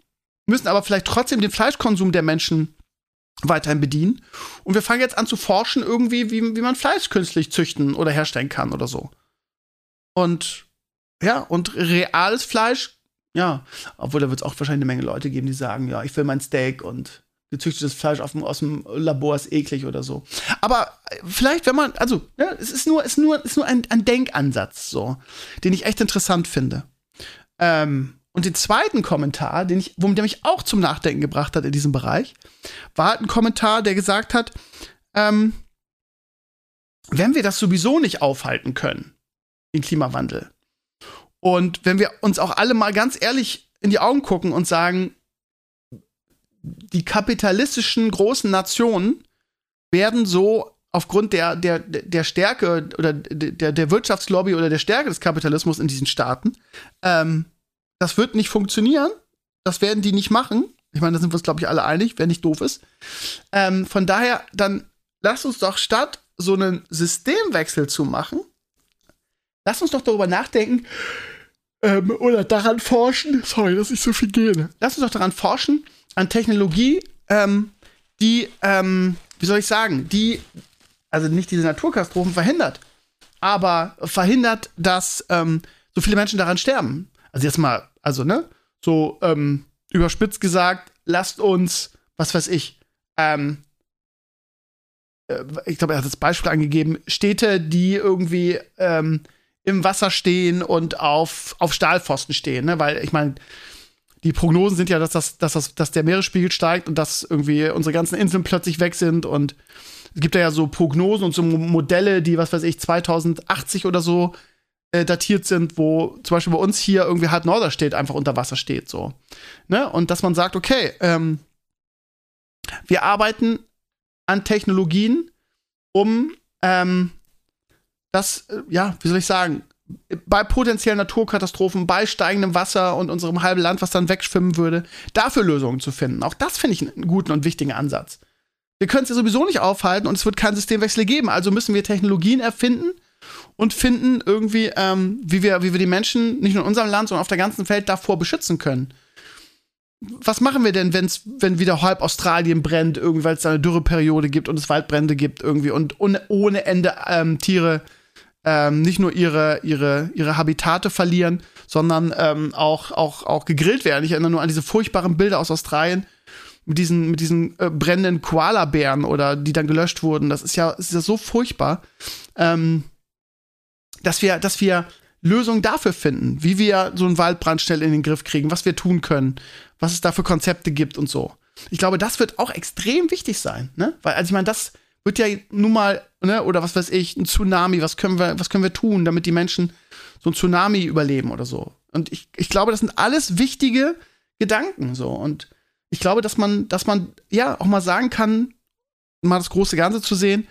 müssen aber vielleicht trotzdem den Fleischkonsum der Menschen weiterhin bedienen. Und wir fangen jetzt an zu forschen irgendwie, wie man Fleisch künstlich züchten oder herstellen kann oder so. Und ja, und reales Fleisch, ja, obwohl da wird es auch wahrscheinlich eine Menge Leute geben, die sagen, ja, ich will mein Steak und gezüchtetes Fleisch aus dem Labor ist eklig oder so. Aber vielleicht, wenn man, also, ja, es ist nur ein Denkansatz, so, den ich echt interessant finde. Und den zweiten Kommentar, der mich auch zum Nachdenken gebracht hat in diesem Bereich, war halt ein Kommentar, der gesagt hat, wenn wir das sowieso nicht aufhalten können, den Klimawandel, und wenn wir uns auch alle mal ganz ehrlich in die Augen gucken und sagen, die kapitalistischen großen Nationen werden so aufgrund der Stärke oder der Wirtschaftslobby oder der Stärke des Kapitalismus in diesen Staaten, das wird nicht funktionieren. Das werden die nicht machen. Ich meine, da sind wir uns, glaube ich, alle einig, wer nicht doof ist. Von daher, dann lass uns doch statt so einen Systemwechsel zu machen, lass uns doch darüber nachdenken oder daran forschen. Sorry, dass ich so viel gehe. Lass uns doch daran forschen, an Technologie, die, wie soll ich sagen, die, also nicht diese Naturkatastrophen verhindert, aber verhindert, dass so viele Menschen daran sterben. Also jetzt mal, also, ne, so überspitzt gesagt, lasst uns, was weiß ich glaube, er hat das Beispiel angegeben, Städte, die irgendwie im Wasser stehen und auf Stahlpfosten stehen, ne? Weil, ich meine, die Prognosen sind ja, dass der Meeresspiegel steigt und dass irgendwie unsere ganzen Inseln plötzlich weg sind, und es gibt ja so Prognosen und so Modelle, die, was weiß ich, 2080 oder so datiert sind, wo zum Beispiel bei uns hier irgendwie halt Norderstedt einfach unter Wasser steht, so. Ne? Und dass man sagt, okay, wir arbeiten an Technologien, um das, ja, wie soll ich sagen, bei potenziellen Naturkatastrophen, bei steigendem Wasser und unserem halben Land, was dann wegschwimmen würde, dafür Lösungen zu finden. Auch das finde ich einen guten und wichtigen Ansatz. Wir können es ja sowieso nicht aufhalten und es wird keinen Systemwechsel geben, also müssen wir Technologien erfinden und finden irgendwie, wie wir die Menschen nicht nur in unserem Land, sondern auf der ganzen Welt davor beschützen können. Was machen wir denn, wenn wieder halb Australien brennt, irgendwie, weil es da eine Dürreperiode gibt und es Waldbrände gibt irgendwie und ohne Ende Tiere nicht nur ihre Habitate verlieren, sondern auch gegrillt werden. Ich erinnere nur an diese furchtbaren Bilder aus Australien mit diesen brennenden Koalabären oder die dann gelöscht wurden. Das ist ja so furchtbar, dass wir Lösungen dafür finden, wie wir so einen Waldbrand schnell in den Griff kriegen, was wir tun können, was es da für Konzepte gibt und so. Ich glaube, das wird auch extrem wichtig sein, ne? Weil, also ich meine, das wird ja nun mal, ne, oder was weiß ich, ein Tsunami, was können wir tun, damit die Menschen so ein Tsunami überleben oder so. Und ich glaube, das sind alles wichtige Gedanken, so. Und ich glaube, dass man ja auch mal sagen kann, mal das große Ganze zu sehen,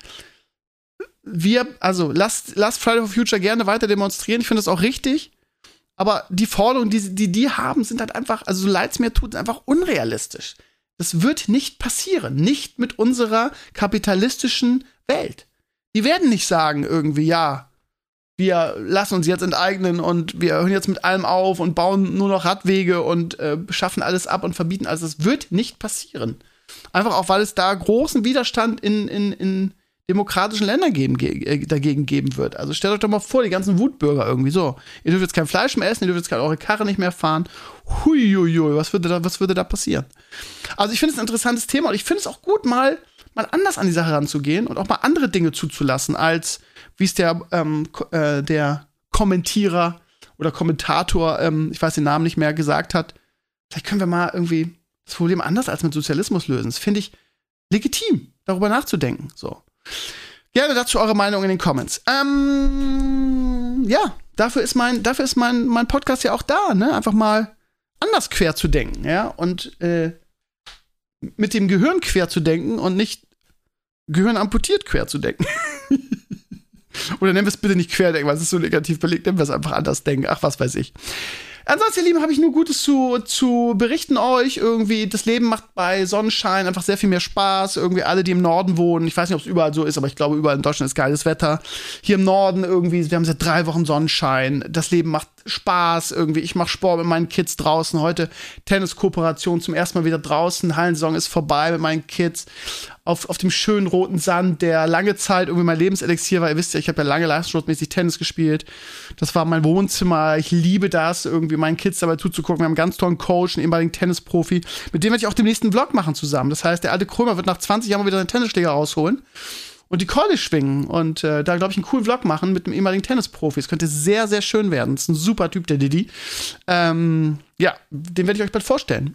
lasst Friday for Future gerne weiter demonstrieren. Ich finde das auch richtig. Aber die Forderungen, die haben, sind halt einfach, also so leid es mir tut, einfach unrealistisch. Das wird nicht passieren. Nicht mit unserer kapitalistischen Welt. Die werden nicht sagen irgendwie, ja, wir lassen uns jetzt enteignen und wir hören jetzt mit allem auf und bauen nur noch Radwege und schaffen alles ab und verbieten alles. Das wird nicht passieren. Einfach auch, weil es da großen Widerstand in demokratischen Ländern dagegen geben wird. Also stellt euch doch mal vor, die ganzen Wutbürger irgendwie so. Ihr dürft jetzt kein Fleisch mehr essen, ihr dürft jetzt eure Karre nicht mehr fahren. Huiuiui, was würde da passieren? Also ich finde es ein interessantes Thema und ich finde es auch gut, mal anders an die Sache ranzugehen und auch mal andere Dinge zuzulassen, als wie es der Kommentierer oder Kommentator, ich weiß den Namen nicht mehr, gesagt hat. Vielleicht können wir mal irgendwie das Problem anders als mit Sozialismus lösen. Das finde ich legitim, darüber nachzudenken. So. Gerne dazu eure Meinung in den Comments. Ja, dafür ist mein Podcast ja auch da, ne? Einfach mal anders quer zu denken, ja? Und mit dem Gehirn quer zu denken und nicht Gehirn amputiert quer zu denken. Oder nennen wir es bitte nicht querdenken, weil es ist so negativ belegt, nennen wir es einfach anders denken. Ach, was weiß ich. Ansonsten, ihr Lieben, habe ich nur Gutes zu berichten euch. Irgendwie, das Leben macht bei Sonnenschein einfach sehr viel mehr Spaß. Irgendwie alle, die im Norden wohnen, ich weiß nicht, ob es überall so ist, aber ich glaube, überall in Deutschland ist geiles Wetter. Hier im Norden irgendwie, wir haben seit 3 Wochen Sonnenschein. Das Leben macht Spaß irgendwie. Ich mache Sport mit meinen Kids draußen. Heute Tenniskooperation zum ersten Mal wieder draußen. Hallensaison ist vorbei mit meinen Kids. Auf dem schönen roten Sand, der lange Zeit irgendwie mein Lebenselixier war. Ihr wisst ja, ich habe ja lange leistungssportmäßig Tennis gespielt. Das war mein Wohnzimmer. Ich liebe das, irgendwie meinen Kids dabei zuzugucken. Wir haben einen ganz tollen Coach, einen ehemaligen Tennisprofi. Mit dem werde ich auch den nächsten Vlog machen zusammen. Das heißt, der alte Krömer wird nach 20 Jahren wieder seinen Tennisschläger rausholen und die Keule schwingen. Und da, glaube ich, einen coolen Vlog machen mit einem ehemaligen Tennisprofi. Es könnte sehr, sehr schön werden. Das ist ein super Typ, der Didi. Ja, den werde ich euch bald vorstellen.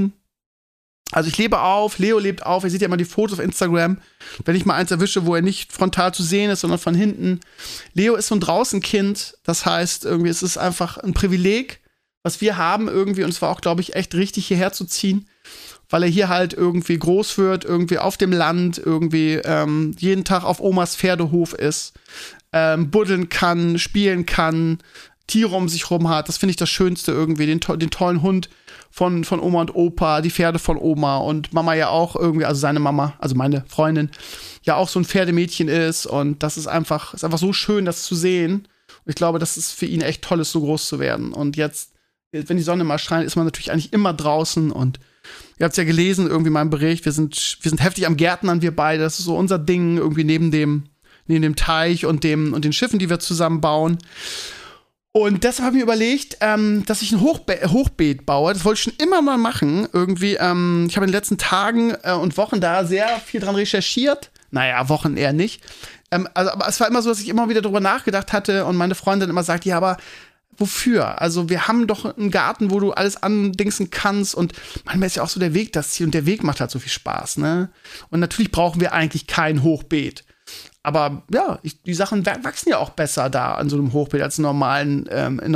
Also ich lebe auf, Leo lebt auf. Ihr seht ja immer die Fotos auf Instagram. Wenn ich mal eins erwische, wo er nicht frontal zu sehen ist, sondern von hinten. Leo ist so ein Draußenkind. Das heißt, irgendwie es ist einfach ein Privileg, was wir haben irgendwie. Und es war auch, glaube ich, echt richtig, hierher zu ziehen. Weil er hier halt irgendwie groß wird, irgendwie auf dem Land, irgendwie jeden Tag auf Omas Pferdehof ist, buddeln kann, spielen kann, Tiere um sich rum hat. Das finde ich das Schönste irgendwie. Den tollen Hund von Oma und Opa, die Pferde von Oma und Mama ja auch irgendwie, also seine Mama, also meine Freundin, ja auch so ein Pferdemädchen ist. Und das ist einfach so schön, das zu sehen. Und ich glaube, das ist für ihn echt toll, so groß zu werden. Und jetzt, wenn die Sonne mal scheint, ist man natürlich eigentlich immer draußen. Und ihr habt es ja gelesen, irgendwie in meinem Bericht, wir sind heftig am Gärtnern, wir beide. Das ist so unser Ding, irgendwie neben dem Teich und den Schiffen, die wir zusammen bauen. Und deshalb habe ich mir überlegt, dass ich ein Hochbeet baue. Das wollte ich schon immer mal machen. Irgendwie, ich habe in den letzten Tagen und Wochen da sehr viel dran recherchiert. Naja, Wochen eher nicht. Aber es war immer so, dass ich immer wieder drüber nachgedacht hatte und meine Freundin immer sagt, ja, aber wofür? Also wir haben doch einen Garten, wo du alles andingsen kannst und manchmal ist ja auch so der Weg das Ziel und der Weg macht halt so viel Spaß, ne? Und natürlich brauchen wir eigentlich kein Hochbeet. Aber ja, die Sachen wachsen ja auch besser da an so einem Hochbeet als in normalem,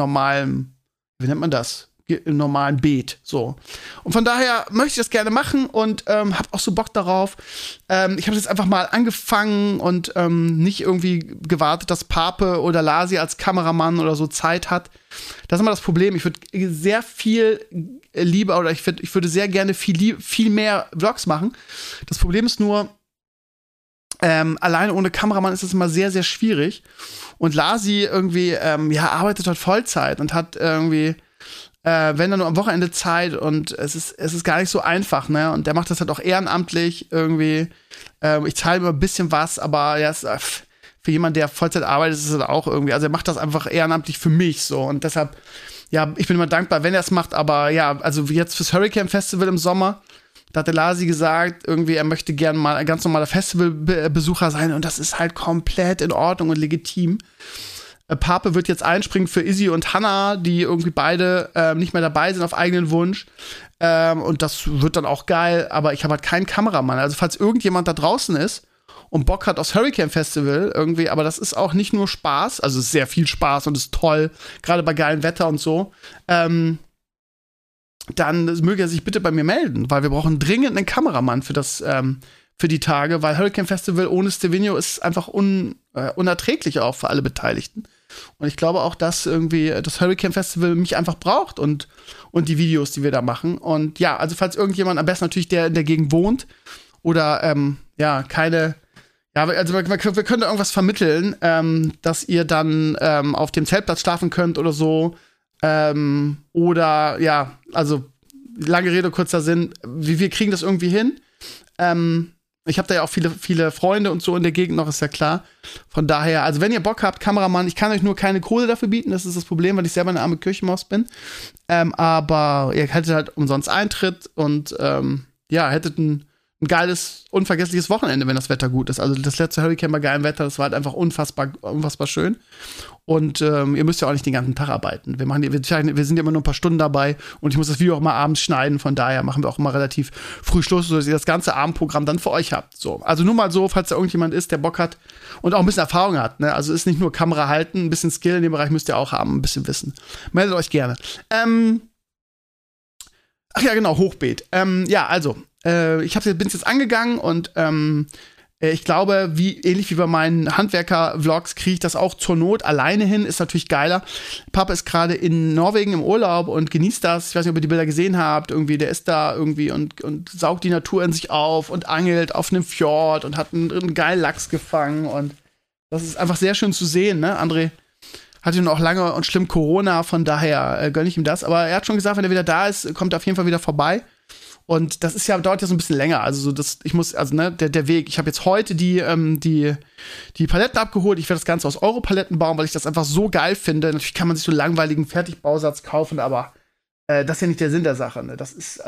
wie nennt man das? Im normalen Beet, so. Und von daher möchte ich das gerne machen und hab auch so Bock darauf. Ich habe jetzt einfach mal angefangen und nicht irgendwie gewartet, dass Pape oder Lasi als Kameramann oder so Zeit hat. Das ist immer das Problem. Ich würde sehr viel lieber oder ich würde sehr gerne viel mehr Vlogs machen. Das Problem ist nur, alleine ohne Kameramann ist es immer sehr, sehr schwierig. Und Lasi irgendwie, arbeitet dort Vollzeit und hat irgendwie, wenn dann nur am Wochenende Zeit und es ist gar nicht so einfach, ne? Und der macht das halt auch ehrenamtlich irgendwie. Ich zahle immer ein bisschen was, aber ja, für jemanden, der Vollzeit arbeitet, ist es halt auch irgendwie, also er macht das einfach ehrenamtlich für mich so. Und deshalb, ja, ich bin immer dankbar, wenn er es macht, aber ja, also wie jetzt fürs Hurricane Festival im Sommer, da hat der Lasi gesagt, irgendwie, er möchte gerne mal ein ganz normaler Festivalbesucher sein und das ist halt komplett in Ordnung und legitim. Pape wird jetzt einspringen für Izzy und Hannah, die irgendwie beide nicht mehr dabei sind auf eigenen Wunsch. Und das wird dann auch geil, aber ich habe halt keinen Kameramann. Also falls irgendjemand da draußen ist und Bock hat aufs Hurricane Festival irgendwie, aber das ist auch nicht nur Spaß, also es ist sehr viel Spaß und ist toll, gerade bei geilem Wetter und so, dann möge er sich bitte bei mir melden, weil wir brauchen dringend einen Kameramann für die Tage, weil Hurricane Festival ohne Stevino ist einfach unerträglich auch für alle Beteiligten. Und ich glaube auch, dass irgendwie das Hurricane Festival mich einfach braucht und die Videos, die wir da machen. Und ja, also falls irgendjemand, am besten natürlich der in der Gegend wohnt oder also wir können da irgendwas vermitteln, dass ihr dann auf dem Zeltplatz schlafen könnt oder so. Oder ja, also lange Rede, kurzer Sinn, wir kriegen das irgendwie hin. Ich habe da ja auch viele Freunde und so in der Gegend noch, ist ja klar. Von daher, also wenn ihr Bock habt, Kameramann, ich kann euch nur keine Kohle dafür bieten, das ist das Problem, weil ich selber eine arme Kirchenmaus bin. Aber ihr hättet halt umsonst Eintritt und hättet ein geiles, unvergessliches Wochenende, wenn das Wetter gut ist. Also das letzte Hurricane bei geilem Wetter, das war halt einfach unfassbar schön. Und ihr müsst ja auch nicht den ganzen Tag arbeiten. Wir sind ja immer nur ein paar Stunden dabei und ich muss das Video auch mal abends schneiden. Von daher machen wir auch immer relativ früh Schluss, sodass ihr das ganze Abendprogramm dann für euch habt. So. Also nur mal so, falls da irgendjemand ist, der Bock hat und auch ein bisschen Erfahrung hat. Ne? Also ist nicht nur Kamera halten, ein bisschen Skill in dem Bereich müsst ihr auch haben, ein bisschen Wissen. Meldet euch gerne. Ach ja, genau, Hochbeet. Ich bin es jetzt angegangen und Ich glaube, ähnlich wie bei meinen Handwerker-Vlogs, kriege ich das auch zur Not alleine hin. Ist natürlich geiler. Papa ist gerade in Norwegen im Urlaub und genießt das. Ich weiß nicht, ob ihr die Bilder gesehen habt. Irgendwie, der ist da irgendwie und saugt die Natur in sich auf und angelt auf einem Fjord und hat einen geilen Lachs gefangen. Und das ist einfach sehr schön zu sehen, ne? André hatte nun auch lange und schlimm Corona, von daher gönne ich ihm das. Aber er hat schon gesagt, wenn er wieder da ist, kommt er auf jeden Fall wieder vorbei. Und das ist dauert ja so ein bisschen länger. Also so der Weg. Ich habe jetzt heute die Paletten abgeholt. Ich werde das Ganze aus Europaletten bauen, weil ich das einfach so geil finde. Natürlich kann man sich so einen langweiligen Fertigbausatz kaufen, aber das ist ja nicht der Sinn der Sache. Ne? Das ist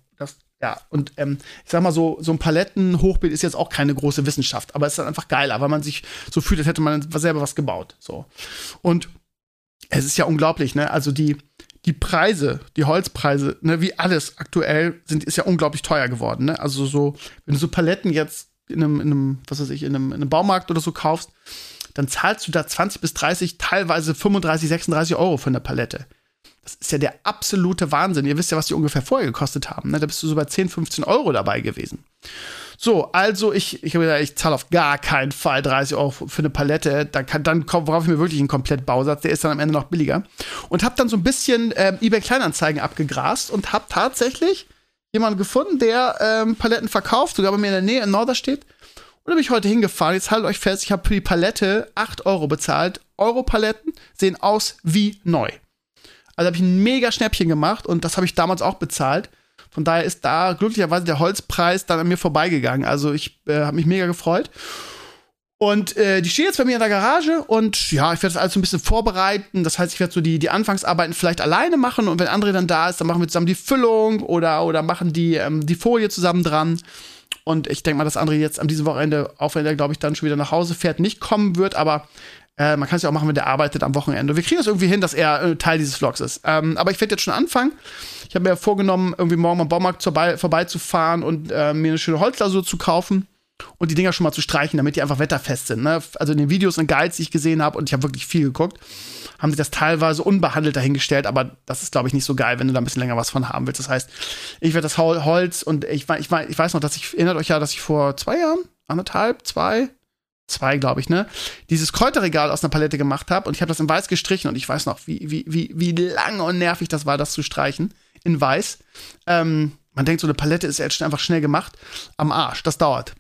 und ich sag mal so ein Palettenhochbeet ist jetzt auch keine große Wissenschaft, aber es ist dann einfach geiler, weil man sich so fühlt, als hätte man selber was gebaut. So. Und es ist ja unglaublich, ne? Also die Preise, die Holzpreise, ne, wie alles aktuell ist ja unglaublich teuer geworden, ne? Also so, wenn du so Paletten jetzt in einem Baumarkt oder so kaufst, dann zahlst du da 20 bis 30, teilweise 35, 36 Euro für eine Palette. Das ist ja der absolute Wahnsinn. Ihr wisst ja, was die ungefähr vorher gekostet haben, ne? Da bist du so bei 10, 15 Euro dabei gewesen. So, also ich habe gesagt, ich zahle auf gar keinen Fall 30 Euro für eine Palette. Dann brauche ich mir wirklich einen Komplettbausatz. Der ist dann am Ende noch billiger. Und habe dann so ein bisschen eBay Kleinanzeigen abgegrast und habe tatsächlich jemanden gefunden, der Paletten verkauft, sogar bei mir in der Nähe in Norderstedt. Und da bin ich heute hingefahren. Jetzt haltet euch fest, ich habe für die Palette 8 Euro bezahlt. Euro-Paletten sehen aus wie neu. Also habe ich ein mega Schnäppchen gemacht und das habe ich damals auch bezahlt. Von daher ist da glücklicherweise der Holzpreis dann an mir vorbeigegangen. Also ich habe mich mega gefreut. Und die steht jetzt bei mir in der Garage und ja, ich werde das alles so ein bisschen vorbereiten. Das heißt, ich werde so die Anfangsarbeiten vielleicht alleine machen und wenn André dann da ist, dann machen wir zusammen die Füllung oder machen die Folie zusammen dran. Und ich denke mal, dass André jetzt an diesem Wochenende, auch wenn er, glaube ich, dann schon wieder nach Hause fährt, nicht kommen wird, aber man kann es ja auch machen, wenn der arbeitet am Wochenende. Wir kriegen das irgendwie hin, dass er Teil dieses Vlogs ist. Aber ich werde jetzt schon anfangen. Ich habe mir vorgenommen, irgendwie morgen am Baumarkt vorbeizufahren und mir eine schöne Holzlasur zu kaufen und die Dinger schon mal zu streichen, damit die einfach wetterfest sind. Ne? Also in den Videos und Guides, die ich gesehen habe, und ich habe wirklich viel geguckt, haben sie das teilweise unbehandelt dahingestellt, aber das ist, glaube ich, nicht so geil, wenn du da ein bisschen länger was von haben willst. Das heißt, ich werde das Holz und ich weiß noch, erinnert euch ja, dass ich vor 2 Jahren, 2, glaube ich, ne, dieses Kräuterregal aus einer Palette gemacht habe und ich habe das in weiß gestrichen und ich weiß noch, wie lang und nervig das war, das zu streichen in weiß. Man denkt, so eine Palette ist jetzt einfach schnell gemacht. Am Arsch, das dauert.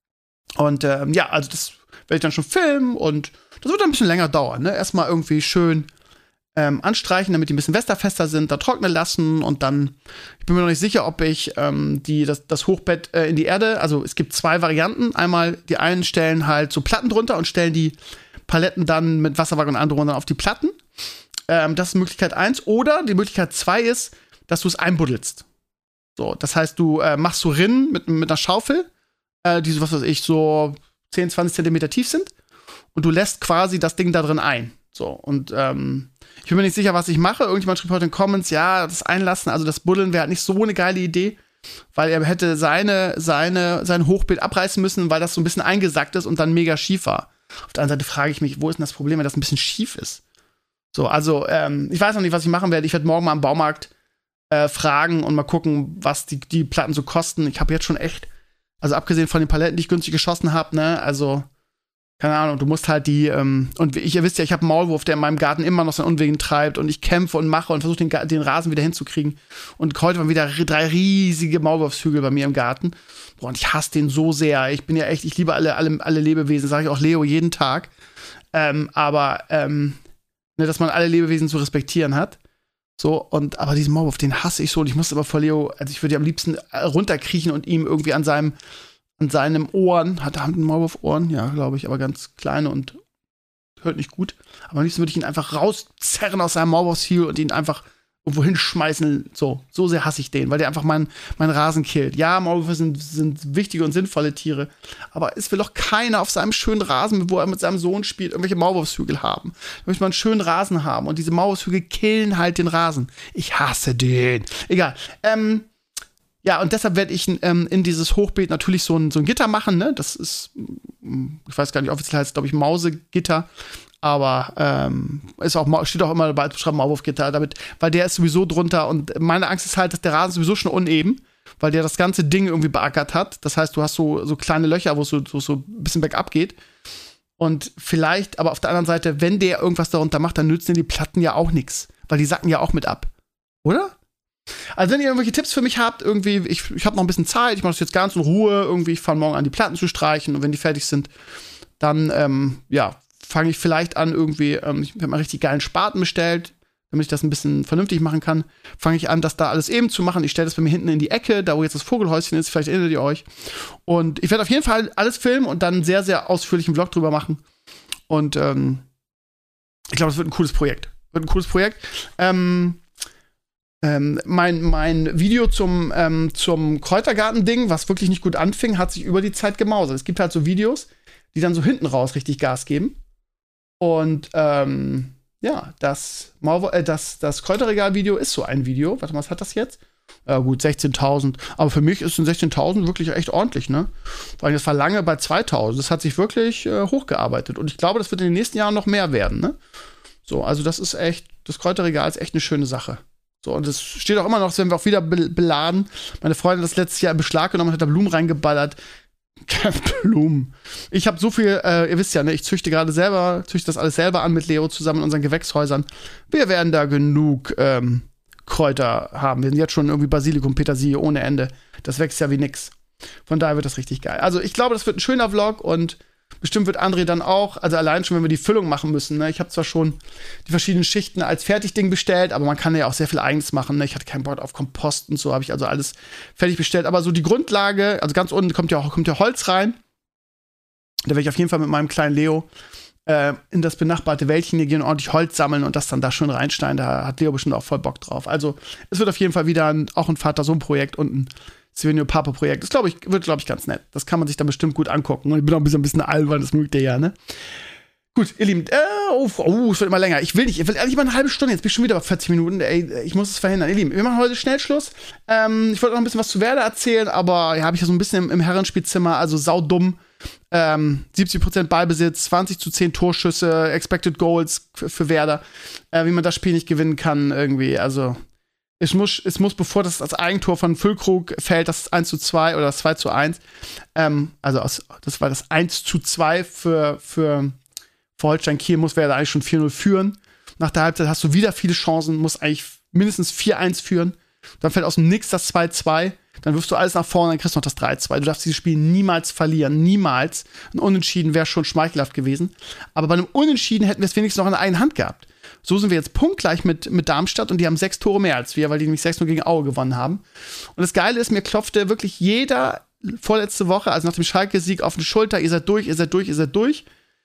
Und also das werde ich dann schon filmen und das wird dann ein bisschen länger dauern, ne? Erstmal irgendwie schön anstreichen, damit die ein bisschen westerfester sind, dann trocknen lassen und dann, ich bin mir noch nicht sicher, ob ich das Hochbett in die Erde, also es gibt 2 Varianten. Einmal, die einen stellen halt so Platten drunter und stellen die Paletten dann mit Wasserwaage und anderen dann auf die Platten. Das ist Möglichkeit 1. Oder die Möglichkeit 2 ist, dass du es einbuddelst. So, das heißt, du machst so Rinnen mit einer Schaufel, die so, was weiß ich, so 10, 20 Zentimeter tief sind und du lässt quasi das Ding da drin ein. So, und ich bin mir nicht sicher, was ich mache. Irgendjemand schrieb heute in den Comments, ja, das Einlassen, also das Buddeln wäre halt nicht so eine geile Idee, weil er hätte sein Hochbeet abreißen müssen, weil das so ein bisschen eingesackt ist und dann mega schief war. Auf der anderen Seite frage ich mich, wo ist denn das Problem, wenn das ein bisschen schief ist? So, also, ich weiß noch nicht, was ich machen werde. Ich werde morgen mal am Baumarkt fragen und mal gucken, was die Platten so kosten. Ich habe jetzt schon echt, also abgesehen von den Paletten, die ich günstig geschossen habe, ne, also keine Ahnung, du musst halt und ihr wisst ja, ich habe einen Maulwurf, der in meinem Garten immer noch seinen Unwegen treibt und ich kämpfe und mache und versuche den Rasen wieder hinzukriegen. Und heute waren wieder 3 riesige Maulwurfshügel bei mir im Garten. Boah, und ich hasse den so sehr. Ich liebe alle Lebewesen, sage ich auch Leo jeden Tag. Aber dass man alle Lebewesen zu respektieren hat. So, aber diesen Maulwurf, den hasse ich so und ich musste aber vor Leo, also ich würde am liebsten runterkriechen und ihm irgendwie an seinem Ohren, hat er einen Maulwurf-Ohren? Ja, glaube ich, aber ganz kleine und hört nicht gut. Aber am liebsten würde ich ihn einfach rauszerren aus seinem Maulwurfshügel und ihn einfach irgendwo hinschmeißen. So sehr hasse ich den, weil der einfach meinen Rasen killt. Ja, Maulwürfe sind wichtige und sinnvolle Tiere, aber es will doch keiner auf seinem schönen Rasen, wo er mit seinem Sohn spielt, irgendwelche Maulwurfshügel haben. Ich möchte mal einen schönen Rasen haben und diese Maulwurfshügel killen halt den Rasen. Ich hasse den. Egal. Ja, und deshalb werde ich in dieses Hochbeet natürlich so ein Gitter machen, ne? Das ist, ich weiß gar nicht, offiziell heißt es, glaube ich, Mausegitter. Aber steht auch immer bei Maulwurfgitter, weil der ist sowieso drunter. Und meine Angst ist halt, dass der Rasen sowieso schon uneben, weil der das ganze Ding irgendwie beackert hat. Das heißt, du hast so kleine Löcher, wo es so ein bisschen bergab geht. Und vielleicht, aber auf der anderen Seite, wenn der irgendwas darunter macht, dann nützen die Platten ja auch nichts. Weil die sacken ja auch mit ab. Oder? Also wenn ihr irgendwelche Tipps für mich habt, irgendwie, ich habe noch ein bisschen Zeit, ich mache das jetzt ganz in Ruhe, irgendwie, ich fange morgen an, die Platten zu streichen und wenn die fertig sind, dann, fange ich vielleicht an, irgendwie, ich habe mal richtig geilen Spaten bestellt, damit ich das ein bisschen vernünftig machen kann, fange ich an, das da alles eben zu machen. Ich stelle das bei mir hinten in die Ecke, da wo jetzt das Vogelhäuschen ist, vielleicht erinnert ihr euch. Und ich werde auf jeden Fall alles filmen und dann einen sehr, sehr ausführlichen Vlog drüber machen. Und ich glaube, das wird ein cooles Projekt. Mein Video zum Kräutergarten-Ding, was wirklich nicht gut anfing, hat sich über die Zeit gemausert. Es gibt halt so Videos, die dann so hinten raus richtig Gas geben. Und das Kräuterregal-Video ist so ein Video. Warte mal, was hat das jetzt? Gut, 16.000. Aber für mich ist ein 16.000 wirklich echt ordentlich, ne? Weil das war lange bei 2.000. Das hat sich wirklich hochgearbeitet. Und ich glaube, das wird in den nächsten Jahren noch mehr werden, ne? So, also das Kräuterregal ist echt eine schöne Sache. So, und es steht auch immer noch, das werden wir auch wieder beladen. Meine Freundin hat das letztes Jahr in Beschlag genommen, hat da Blumen reingeballert. Blumen. Ich habe so viel, ihr wisst ja, ne, ich züchte das alles selber an mit Leo zusammen in unseren Gewächshäusern. Wir werden da genug Kräuter haben. Wir sind jetzt schon irgendwie Basilikum, Petersilie ohne Ende. Das wächst ja wie nix. Von daher wird das richtig geil. Also ich glaube, das wird ein schöner Vlog und bestimmt wird André dann auch, also allein schon, wenn wir die Füllung machen müssen, ne? Ich habe zwar schon die verschiedenen Schichten als Fertigding bestellt, aber man kann ja auch sehr viel Eigenes machen, ne? Ich hatte keinen Bock auf Kompost und so, habe ich also alles fertig bestellt. Aber so die Grundlage, also ganz unten kommt ja Holz rein. Da werde ich auf jeden Fall mit meinem kleinen Leo in das benachbarte Wäldchen hier gehen und ordentlich Holz sammeln und das dann da schön reinschneiden. Da hat Leo bestimmt auch voll Bock drauf. Also es wird auf jeden Fall wieder auch ein Vater-Sohn-Projekt und ein Svenio-Papa-Projekt. Das wird, glaube ich, ganz nett. Das kann man sich dann bestimmt gut angucken. Und ich bin auch ein bisschen albern, das mögt ihr ja, ne? Gut, ihr Lieben, es wird immer länger. Ich will eigentlich mal eine halbe Stunde. Jetzt bin ich schon wieder bei 40 Minuten. Ey, ich muss es verhindern. Ihr Lieben, wir machen heute Schnellschluss. Ich wollte noch ein bisschen was zu Werder erzählen, aber ja, habe ich ja so ein bisschen im Herrenspielzimmer, also saudumm. 70% Ballbesitz, 20:10 Torschüsse, Expected Goals für Werder. Wie man das Spiel nicht gewinnen kann, irgendwie. Also es muss, bevor das Eigentor von Füllkrug fällt, das 1:2 oder das 2:1. Das war das 1:2 für Holstein Kiel, muss Werder eigentlich schon 4:0 führen. Nach der Halbzeit hast du wieder viele Chancen, musst eigentlich mindestens 4:1 führen. Dann fällt aus dem Nix das 2:2. Dann wirfst du alles nach vorne, dann kriegst du noch das 3:2. Du darfst dieses Spiel niemals verlieren. Niemals. Ein Unentschieden wäre schon schmeichelhaft gewesen. Aber bei einem Unentschieden hätten wir es wenigstens noch in der einen Hand gehabt. So sind wir jetzt punktgleich mit Darmstadt und die haben 6 Tore mehr als wir, weil die nämlich 6-0 gegen Aue gewonnen haben. Und das Geile ist, mir klopfte wirklich jeder vorletzte Woche, also nach dem Schalke-Sieg, auf die Schulter, ihr seid durch.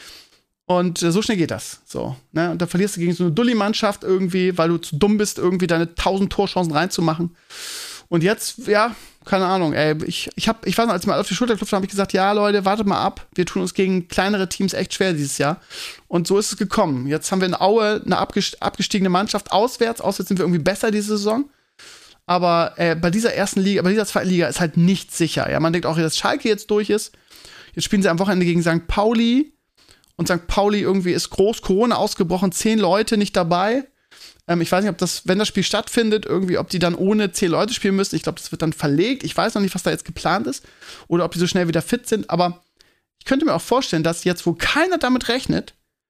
Und so schnell geht das. So, ne? Und dann verlierst du gegen so eine Dulli-Mannschaft irgendwie, weil du zu dumm bist, irgendwie deine 1000 Torchancen reinzumachen. Und jetzt, ja, keine Ahnung, ey, ich weiß noch, als ich mal auf die Schulter klopfte, habe ich gesagt, ja, Leute, wartet mal ab. Wir tun uns gegen kleinere Teams echt schwer dieses Jahr. Und so ist es gekommen. Jetzt haben wir in Aue eine abgestiegene Mannschaft auswärts. Auswärts sind wir irgendwie besser diese Saison. Aber bei dieser zweiten Liga ist halt nichts sicher. Ja, man denkt auch, dass Schalke jetzt durch ist. Jetzt spielen sie am Wochenende gegen St. Pauli. Und St. Pauli irgendwie ist groß Corona ausgebrochen, 10 Leute nicht dabei. Ich weiß nicht, ob das, wenn das Spiel stattfindet, irgendwie, ob die dann ohne 10 Leute spielen müssen. Ich glaube, das wird dann verlegt. Ich weiß noch nicht, was da jetzt geplant ist. Oder ob die so schnell wieder fit sind. Aber ich könnte mir auch vorstellen, dass jetzt, wo keiner damit rechnet,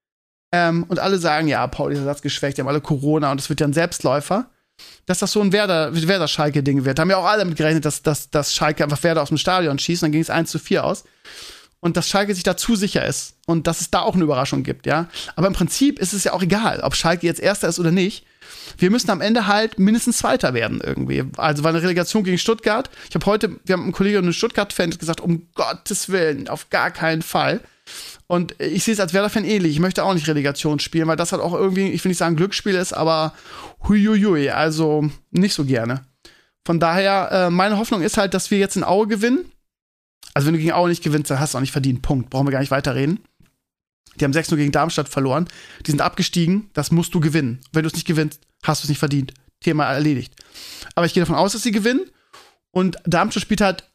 und alle sagen, ja, Pauli ist ersatzgeschwächt, die haben alle Corona und es wird ja ein Selbstläufer, dass das so ein Werder-Schalke-Ding wird. Da haben ja auch alle damit gerechnet, dass Schalke einfach Werder aus dem Stadion schießt. Und dann ging es 1:4 aus. Und dass Schalke sich da zu sicher ist und dass es da auch eine Überraschung gibt, ja. Aber im Prinzip ist es ja auch egal, ob Schalke jetzt Erster ist oder nicht. Wir müssen am Ende halt mindestens Zweiter werden irgendwie. Also war eine Relegation gegen Stuttgart. Wir haben einen Kollegen, einen Stuttgart-Fan, gesagt, um Gottes Willen, auf gar keinen Fall. Und ich sehe es als Werder-Fan ähnlich. Ich möchte auch nicht Relegation spielen, weil das halt auch irgendwie, ich will nicht sagen Glücksspiel ist, aber huiuiui, also nicht so gerne. Von daher, meine Hoffnung ist halt, dass wir jetzt in Aue gewinnen. Also wenn du gegen Aue nicht gewinnst, dann hast du auch nicht verdient. Punkt. Brauchen wir gar nicht weiterreden. Die haben 6-0 gegen Darmstadt verloren. Die sind abgestiegen. Das musst du gewinnen. Wenn du es nicht gewinnst, hast du es nicht verdient. Thema erledigt. Aber ich gehe davon aus, dass sie gewinnen. Und Darmstadt spielt halt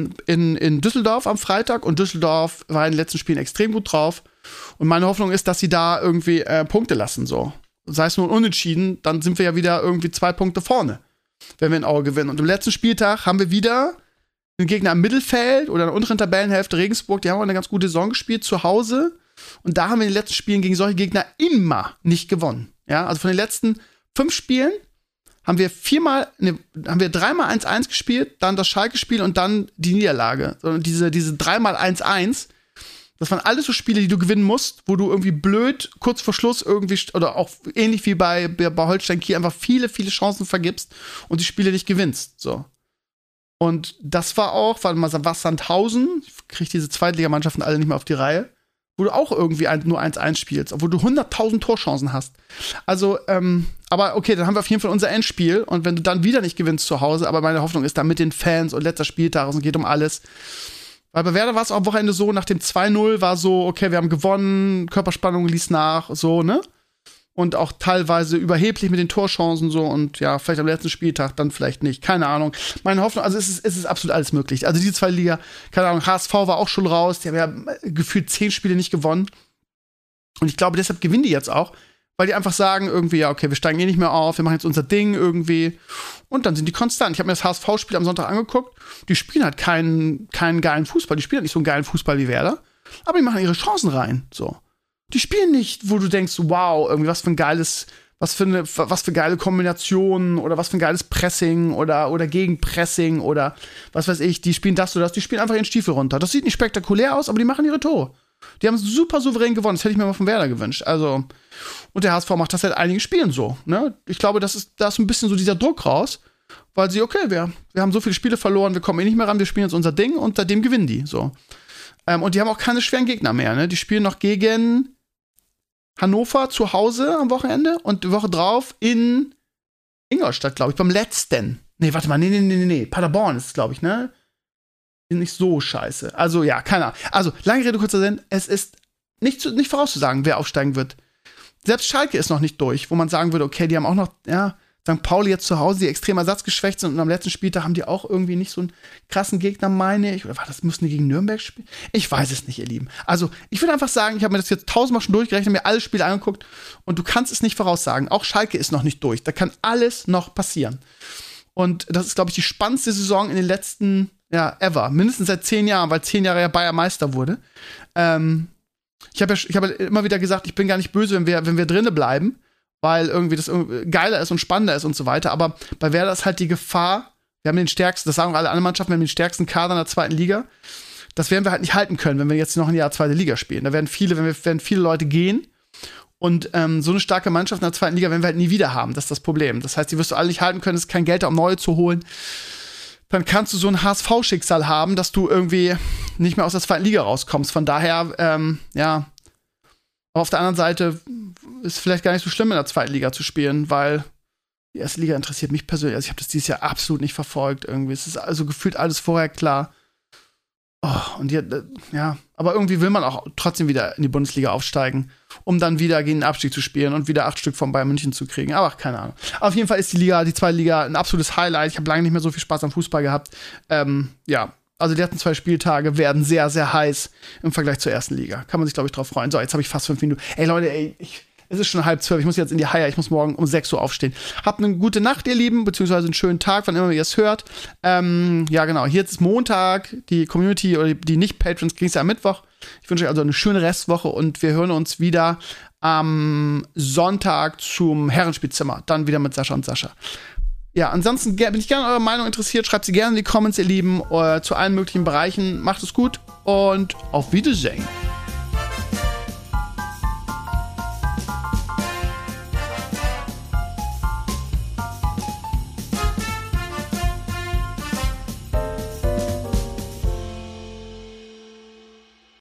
in Düsseldorf am Freitag. Und Düsseldorf war in den letzten Spielen extrem gut drauf. Und meine Hoffnung ist, dass sie da irgendwie Punkte lassen. So. Sei es nur unentschieden, dann sind wir ja wieder irgendwie 2 Punkte vorne. wenn wir in Aue gewinnen. Und im letzten Spieltag haben wir wieder einen Gegner im Mittelfeld oder in der unteren Tabellenhälfte, Regensburg, die haben auch eine ganz gute Saison gespielt zu Hause. Und da haben wir in den letzten Spielen gegen solche Gegner immer nicht gewonnen. Ja, also von den letzten 5 Spielen haben wir dreimal 1-1 gespielt, dann das Schalke-Spiel und dann die Niederlage. Und diese dreimal 1-1, das waren alles so Spiele, die du gewinnen musst, wo du irgendwie blöd kurz vor Schluss irgendwie, oder auch ähnlich wie bei Holstein Kiel, einfach viele, viele Chancen vergibst und die Spiele nicht gewinnst. So. Und das war auch, war Sandhausen, ich kriege diese Zweitligamannschaften alle nicht mehr auf die Reihe, wo du auch irgendwie nur 1-1 spielst, obwohl du 100.000 Torchancen hast. Also, aber okay, dann haben wir auf jeden Fall unser Endspiel und wenn du dann wieder nicht gewinnst zu Hause, aber meine Hoffnung ist da mit den Fans und letzter Spieltag, es geht um alles. Weil bei Werder war es am Wochenende so, nach dem 2-0 war so, okay, wir haben gewonnen, Körperspannung ließ nach, so, ne? Und auch teilweise überheblich mit den Torchancen so und ja, vielleicht am letzten Spieltag, dann vielleicht nicht. Keine Ahnung. Meine Hoffnung, also es ist absolut alles möglich. Also diese 2 Liga, keine Ahnung, HSV war auch schon raus, die haben ja gefühlt 10 Spiele nicht gewonnen. Und ich glaube, deshalb gewinnen die jetzt auch, weil die einfach sagen irgendwie, ja, okay, wir steigen eh nicht mehr auf, wir machen jetzt unser Ding irgendwie. Und dann sind die konstant. Ich habe mir das HSV-Spiel am Sonntag angeguckt. Die spielen halt keinen geilen Fußball. Die spielen halt nicht so einen geilen Fußball wie Werder. Aber die machen ihre Chancen rein, so. Die spielen nicht, wo du denkst, wow, irgendwie was für geile Kombinationen oder was für ein geiles Pressing oder Gegenpressing oder was weiß ich, die spielen das oder das, die spielen einfach ihren Stiefel runter. Das sieht nicht spektakulär aus, aber die machen ihre Tore. Die haben super souverän gewonnen, das hätte ich mir mal von Werder gewünscht. Also, und der HSV macht das seit einigen Spielen so, ne? Ich glaube, da ist ein bisschen so dieser Druck raus, weil sie, okay, wir haben so viele Spiele verloren, wir kommen eh nicht mehr ran, wir spielen jetzt unser Ding und seitdem gewinnen die, so. Und die haben auch keine schweren Gegner mehr, ne? Die spielen noch gegen Hannover zu Hause am Wochenende und die Woche drauf in Ingolstadt, glaube ich, beim letzten. Nee, warte mal, nee. Paderborn ist es, glaube ich, ne? Nicht so scheiße. Also, ja, keine Ahnung. Also, lange Rede, kurzer Sinn, es ist nicht vorauszusagen, wer aufsteigen wird. Selbst Schalke ist noch nicht durch, wo man sagen würde, okay, die haben auch noch, ja, St. Pauli jetzt zu Hause, die extrem ersatzgeschwächt sind und am letzten Spieltag haben die auch irgendwie nicht so einen krassen Gegner, meine ich. Oder mussten die gegen Nürnberg spielen? Ich weiß es nicht, ihr Lieben. Also, ich würde einfach sagen, ich habe mir das jetzt 1000-mal schon durchgerechnet, mir alle Spiele angeguckt und du kannst es nicht voraussagen. Auch Schalke ist noch nicht durch. Da kann alles noch passieren. Und das ist, glaube ich, die spannendste Saison in den letzten, ja, ever. Mindestens seit 10 Jahren, weil 10 Jahre ja Bayer Meister wurde. Ich habe immer wieder gesagt, ich bin gar nicht böse, wenn wir drinnen bleiben, weil irgendwie das geiler ist und spannender ist und so weiter. Aber bei Werder ist halt die Gefahr, wir haben den stärksten, das sagen auch alle anderen Mannschaften, wir haben den stärksten Kader in der 2. Liga. Das werden wir halt nicht halten können, wenn wir jetzt noch ein Jahr 2. Liga spielen. Da werden viele Leute gehen. Und so eine starke Mannschaft in der 2. Liga werden wir halt nie wieder haben. Das ist das Problem. Das heißt, die wirst du alle nicht halten können, es ist kein Geld da, um neue zu holen. Dann kannst du so ein HSV-Schicksal haben, dass du irgendwie nicht mehr aus der 2. Liga rauskommst. Von daher, ja. Aber auf der anderen Seite ist es vielleicht gar nicht so schlimm, in der 2. Liga zu spielen, weil die 1. Liga interessiert mich persönlich. Also ich habe das dieses Jahr absolut nicht verfolgt irgendwie. Es ist also gefühlt alles vorher klar. Oh, und ja, aber irgendwie will man auch trotzdem wieder in die Bundesliga aufsteigen, um dann wieder gegen den Abstieg zu spielen und wieder 8 Stück von Bayern München zu kriegen. Aber keine Ahnung. Auf jeden Fall ist die 2. Liga ein absolutes Highlight. Ich habe lange nicht mehr so viel Spaß am Fußball gehabt. Ja, also die letzten 2 Spieltage werden sehr, sehr heiß im Vergleich zur 1. Liga. Kann man sich, glaube ich, drauf freuen. So, jetzt habe ich fast 5 Minuten. Ey, Leute, es ist schon 11:30. Ich muss jetzt in die Haie. Ich muss morgen um 6 Uhr aufstehen. Habt eine gute Nacht, ihr Lieben, beziehungsweise einen schönen Tag, wann immer ihr es hört. Ja, genau. Hier ist Montag. Die Community oder die Nicht-Patrons kriegen es ja am Mittwoch. Ich wünsche euch also eine schöne Restwoche und wir hören uns wieder am Sonntag zum Herrenspielzimmer. Dann wieder mit Sascha und Sascha. Ja, ansonsten bin ich gerne an eurer Meinung interessiert. Schreibt sie gerne in die Comments, ihr Lieben, zu allen möglichen Bereichen. Macht es gut und auf Wiedersehen.